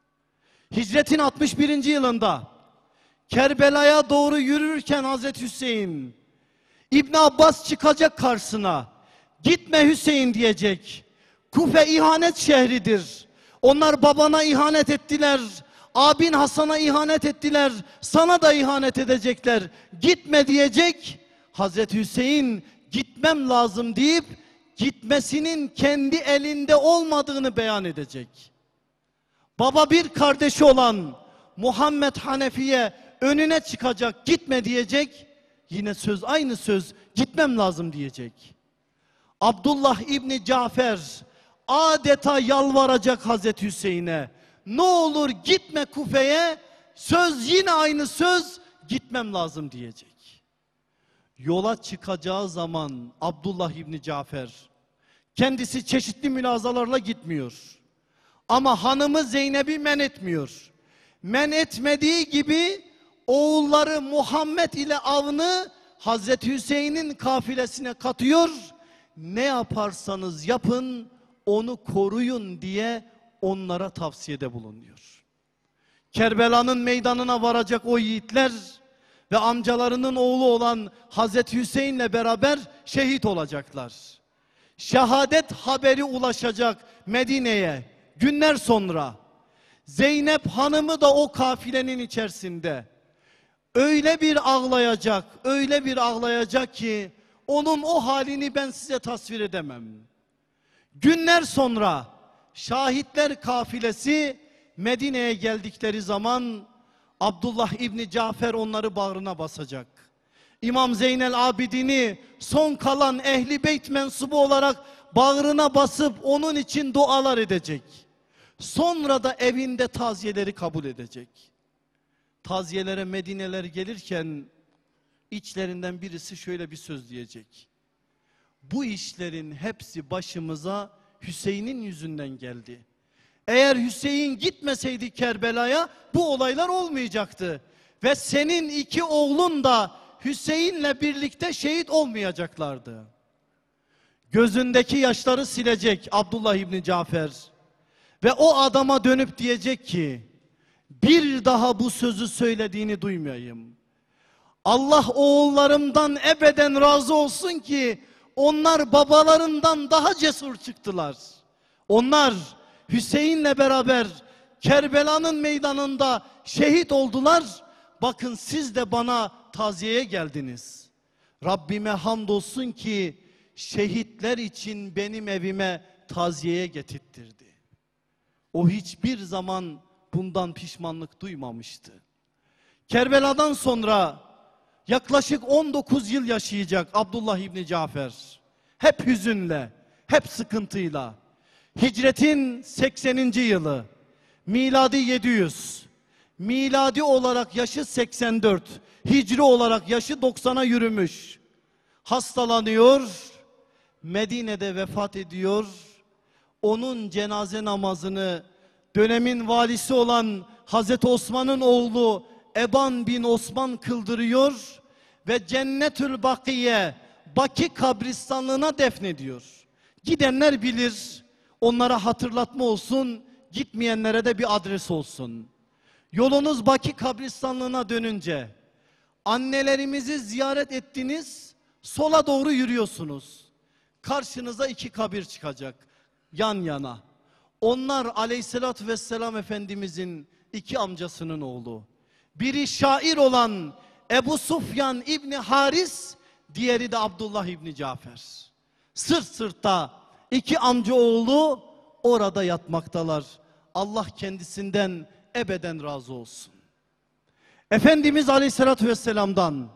Hicretin 61. yılında Kerbela'ya doğru yürürken Hazreti Hüseyin, İbn Abbas çıkacak karşısına. Gitme Hüseyin diyecek. Kufe ihanet şehridir. Onlar babana ihanet ettiler. Abin Hasan'a ihanet ettiler. Sana da ihanet edecekler. Gitme diyecek. Hazreti Hüseyin gitmem lazım deyip gitmesinin kendi elinde olmadığını beyan edecek. Baba bir kardeşi olan Muhammed Hanefi'ye önüne çıkacak, gitme diyecek. Yine söz, aynı söz, gitmem lazım diyecek. Abdullah İbni Cafer adeta yalvaracak Hazreti Hüseyin'e. Ne olur gitme Kufe'ye. Söz, yine aynı söz, gitmem lazım diyecek. Yola çıkacağı zaman Abdullah İbni Cafer kendisi çeşitli mülazalarla gitmiyor. Ama hanımı Zeynep'i men etmiyor. Men etmediği gibi oğulları Muhammed ile Avn'ı Hazreti Hüseyin'in kafilesine katıyor. Ne yaparsanız yapın onu koruyun diye onlara tavsiyede bulunuyor. Kerbela'nın meydanına varacak o yiğitler ve amcalarının oğlu olan Hazreti Hüseyin'le beraber şehit olacaklar. Şehadet haberi ulaşacak Medine'ye günler sonra. Zeynep hanımı da o kafilenin içerisinde. Öyle bir ağlayacak, öyle bir ağlayacak ki onun o halini ben size tasvir edemem. Günler sonra şahitler kafilesi Medine'ye geldikleri zaman Abdullah İbni Cafer onları bağrına basacak. İmam Zeynel Abidin'i son kalan Ehli Beyt mensubu olarak bağrına basıp onun için dualar edecek. Sonra da evinde taziyeleri kabul edecek. Taziyelere Medineler gelirken içlerinden birisi şöyle bir söz diyecek. Bu işlerin hepsi başımıza Hüseyin'in yüzünden geldi. Eğer Hüseyin gitmeseydi Kerbela'ya bu olaylar olmayacaktı. Ve senin iki oğlun da Hüseyin'le birlikte şehit olmayacaklardı. Gözündeki yaşları silecek Abdullah İbni Cafer. Ve o adama dönüp diyecek ki bir daha bu sözü söylediğini duymayayım. Allah oğullarımdan ebeden razı olsun ki onlar babalarından daha cesur çıktılar. Onlar Hüseyin'le beraber Kerbela'nın meydanında şehit oldular. Bakın siz de bana taziyeye geldiniz. Rabbime hamdolsun ki şehitler için benim evime taziyeye getirttirdi. O hiçbir zaman bundan pişmanlık duymamıştı. Kerbela'dan sonra yaklaşık 19 yıl yaşayacak Abdullah İbni Cafer. Hep hüzünle, hep sıkıntıyla. Hicretin 80. yılı, miladi 700, miladi olarak yaşı 84, hicri olarak yaşı 90'a yürümüş. Hastalanıyor, Medine'de vefat ediyor. Onun cenaze namazını dönemin valisi olan Hazreti Osman'ın oğlu Eban bin Osman kıldırıyor ve Cennetül Bakiye, Baki kabristanlığına defnediyor. Gidenler bilir, onlara hatırlatma olsun, gitmeyenlere de bir adres olsun. Yolunuz Baki kabristanlığına dönünce annelerimizi ziyaret ettiniz, sola doğru yürüyorsunuz. Karşınıza iki kabir çıkacak yan yana. Onlar Aleyhisselatü Vesselam Efendimizin iki amcasının oğlu. Biri şair olan Ebu Sufyan İbni Haris, diğeri de Abdullah İbni Cafer. Sırt sırta iki amca oğlu orada yatmaktalar. Allah kendisinden ebeden razı olsun. Efendimiz Aleyhisselatü Vesselam'dan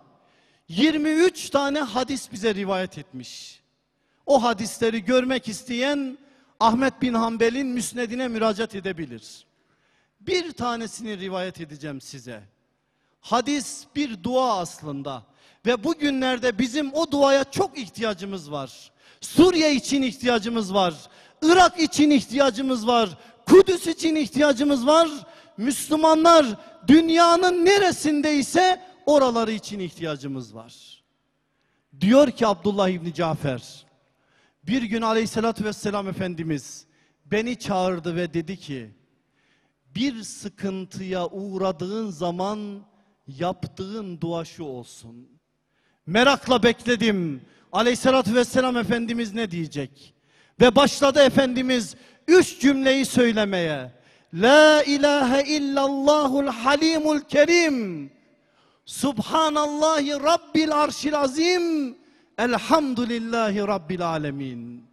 23 tane hadis bize rivayet etmiş. O hadisleri görmek isteyen Ahmet bin Hanbel'in müsnedine müracaat edebilir. Bir tanesini rivayet edeceğim size. Hadis bir dua aslında ve bugünlerde bizim o duaya çok ihtiyacımız var. Suriye için ihtiyacımız var. Irak için ihtiyacımız var. Kudüs için ihtiyacımız var. Müslümanlar dünyanın neresindeyse oraları için ihtiyacımız var. Diyor ki Abdullah İbni Cafer, bir gün Aleyhisselatü Vesselam Efendimiz beni çağırdı ve dedi ki, bir sıkıntıya uğradığın zaman yaptığın dua şu olsun. Merakla bekledim. Aleyhissalatü vesselam Efendimiz ne diyecek? Ve başladı Efendimiz 3 cümleyi söylemeye. La ilahe illallahul halimul kerim. Subhanallahi rabbil arşil azim. Elhamdülillahi rabbil alemin.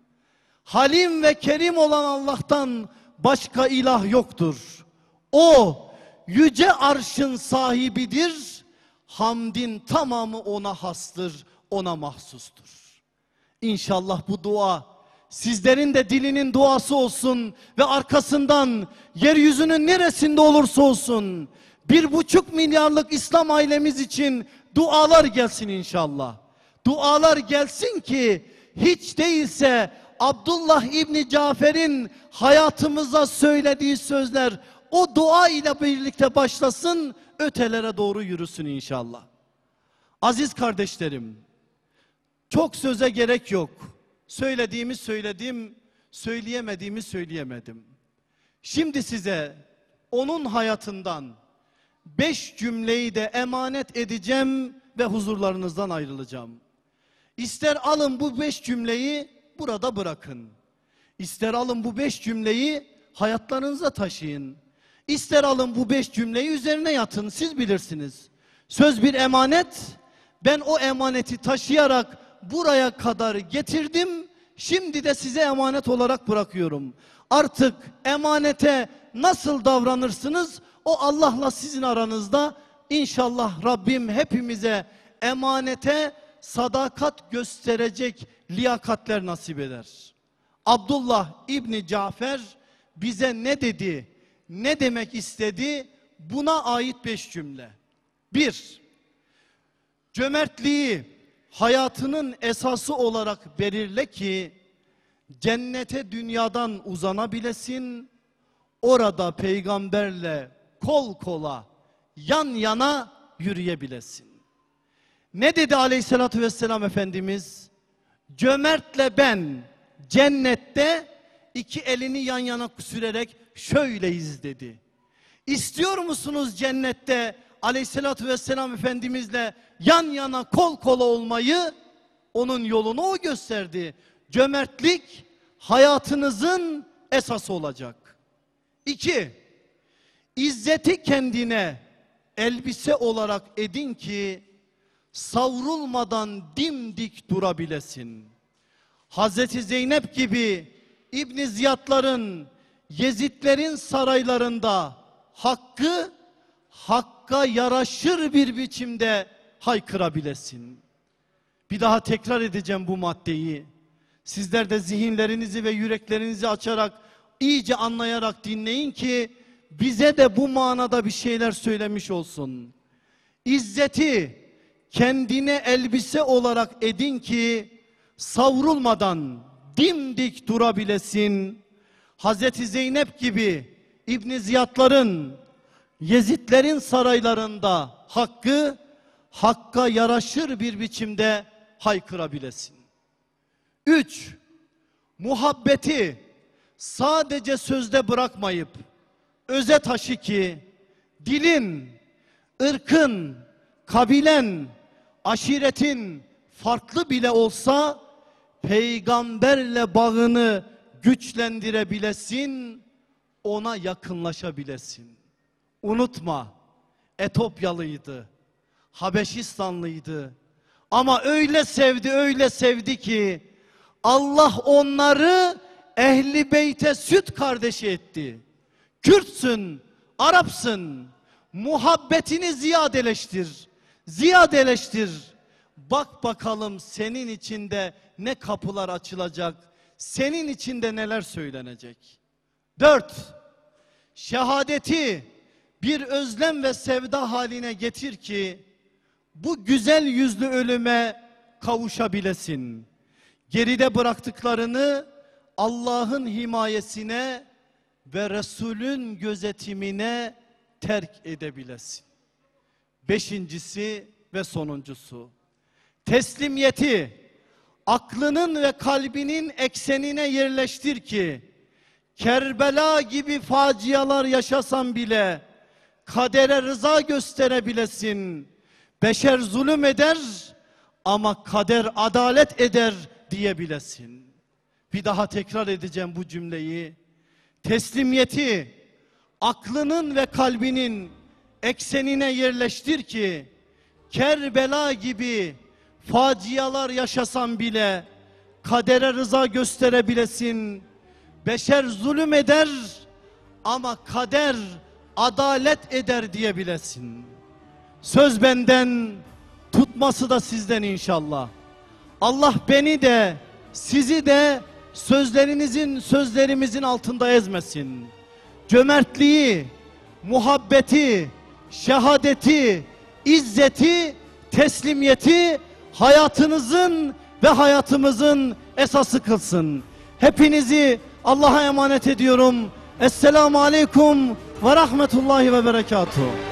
Halim ve kerim olan Allah'tan başka ilah yoktur. O yüce arşın sahibidir. Hamdin tamamı ona hastır, ona mahsustur. İnşallah bu dua sizlerin de dilinin duası olsun ve arkasından yeryüzünün neresinde olursa olsun 1,5 milyarlık İslam ailemiz için dualar gelsin inşallah. Dualar gelsin ki hiç değilse Abdullah İbni Cafer'in hayatımıza söylediği sözler o dua ile birlikte başlasın, ötelere doğru yürüsün inşallah. Aziz kardeşlerim, çok söze gerek yok. Söylediğimi söyledim, söyleyemediğimi söyleyemedim. Şimdi size onun hayatından 5 cümleyi de emanet edeceğim ve huzurlarınızdan ayrılacağım. İster alın bu 5 cümleyi burada bırakın. İster alın bu 5 cümleyi hayatlarınıza taşıyın. İster alın bu 5 cümleyi üzerine yatın, siz bilirsiniz. Söz bir emanet, ben o emaneti taşıyarak buraya kadar getirdim. Şimdi de size emanet olarak bırakıyorum. Artık emanete nasıl davranırsınız? O Allah'la sizin aranızda. İnşallah Rabbim hepimize emanete sadakat gösterecek liyakatler nasip eder. Abdullah İbni Cafer bize ne dedi, ne demek istedi? Buna ait 5 cümle. 1. Cömertliği hayatının esası olarak belirle ki cennete dünyadan uzanabilesin, orada peygamberle kol kola, yan yana yürüyebilesin. Ne dedi aleyhissalatü vesselam Efendimiz? Cömertle ben cennette 2 elini yan yana sürerek şöyleyiz dedi. İstiyor musunuz cennette aleyhissalatü vesselam Efendimizle yan yana kol kola olmayı? Onun yolunu o gösterdi. Cömertlik hayatınızın esası olacak. 2. İzzeti kendine elbise olarak edin ki savrulmadan dimdik durabilesin. Hazreti Zeynep gibi İbn Ziyadların, Yezidlerin saraylarında Hakka yaraşır bir biçimde haykırabilesin. Bir daha tekrar edeceğim bu maddeyi. Sizler de zihinlerinizi ve yüreklerinizi açarak, iyice anlayarak dinleyin ki bize de bu manada bir şeyler söylemiş olsun. İzzeti kendine elbise olarak edin ki savrulmadan dimdik durabilesin. Hazreti Zeynep gibi İbn Ziyadların, Yezidlerin saraylarında Hakka yaraşır bir biçimde haykırabilesin. 3. Muhabbeti sadece sözde bırakmayıp öze taşı ki dilin, ırkın, kabilen, aşiretin farklı bile olsa peygamberle bağını güçlendirebilesin, ona yakınlaşabilesin. Unutma, Etopyalıydı, Habeşistanlıydı ama öyle sevdi ki Allah onları Ehli Beyt'e süt kardeşi etti. Kürtsün, Arapsın, muhabbetini ziyadeleştir. Bak bakalım senin içinde ne kapılar açılacak, senin içinde neler söylenecek. 4. Şehadeti bir özlem ve sevda haline getir ki bu güzel yüzlü ölüme kavuşabilesin. Geride bıraktıklarını Allah'ın himayesine ve Resulün gözetimine terk edebilesin. 5.'si ve sonuncusu. Teslimiyeti aklının ve kalbinin eksenine yerleştir ki Kerbela gibi facialar yaşasan bile kadere rıza gösterebilesin. Beşer zulüm eder ama kader adalet eder diyebilesin. Bir daha tekrar edeceğim bu cümleyi. Teslimiyeti aklının ve kalbinin eksenine yerleştir ki Kerbela gibi facialar yaşasan bile kadere rıza gösterebilesin. Beşer zulüm eder ama kader adalet eder diye bilesin. Söz benden, tutması da sizden inşallah. Allah beni de sizi de sözlerimizin altında ezmesin. Cömertliği, muhabbeti, şehadeti, izzeti, teslimiyeti hayatınızın ve hayatımızın esası kılsın. Hepinizi Allah'a emanet ediyorum. Esselamu Aleyküm ve Rahmetullahi ve Berekatuhu.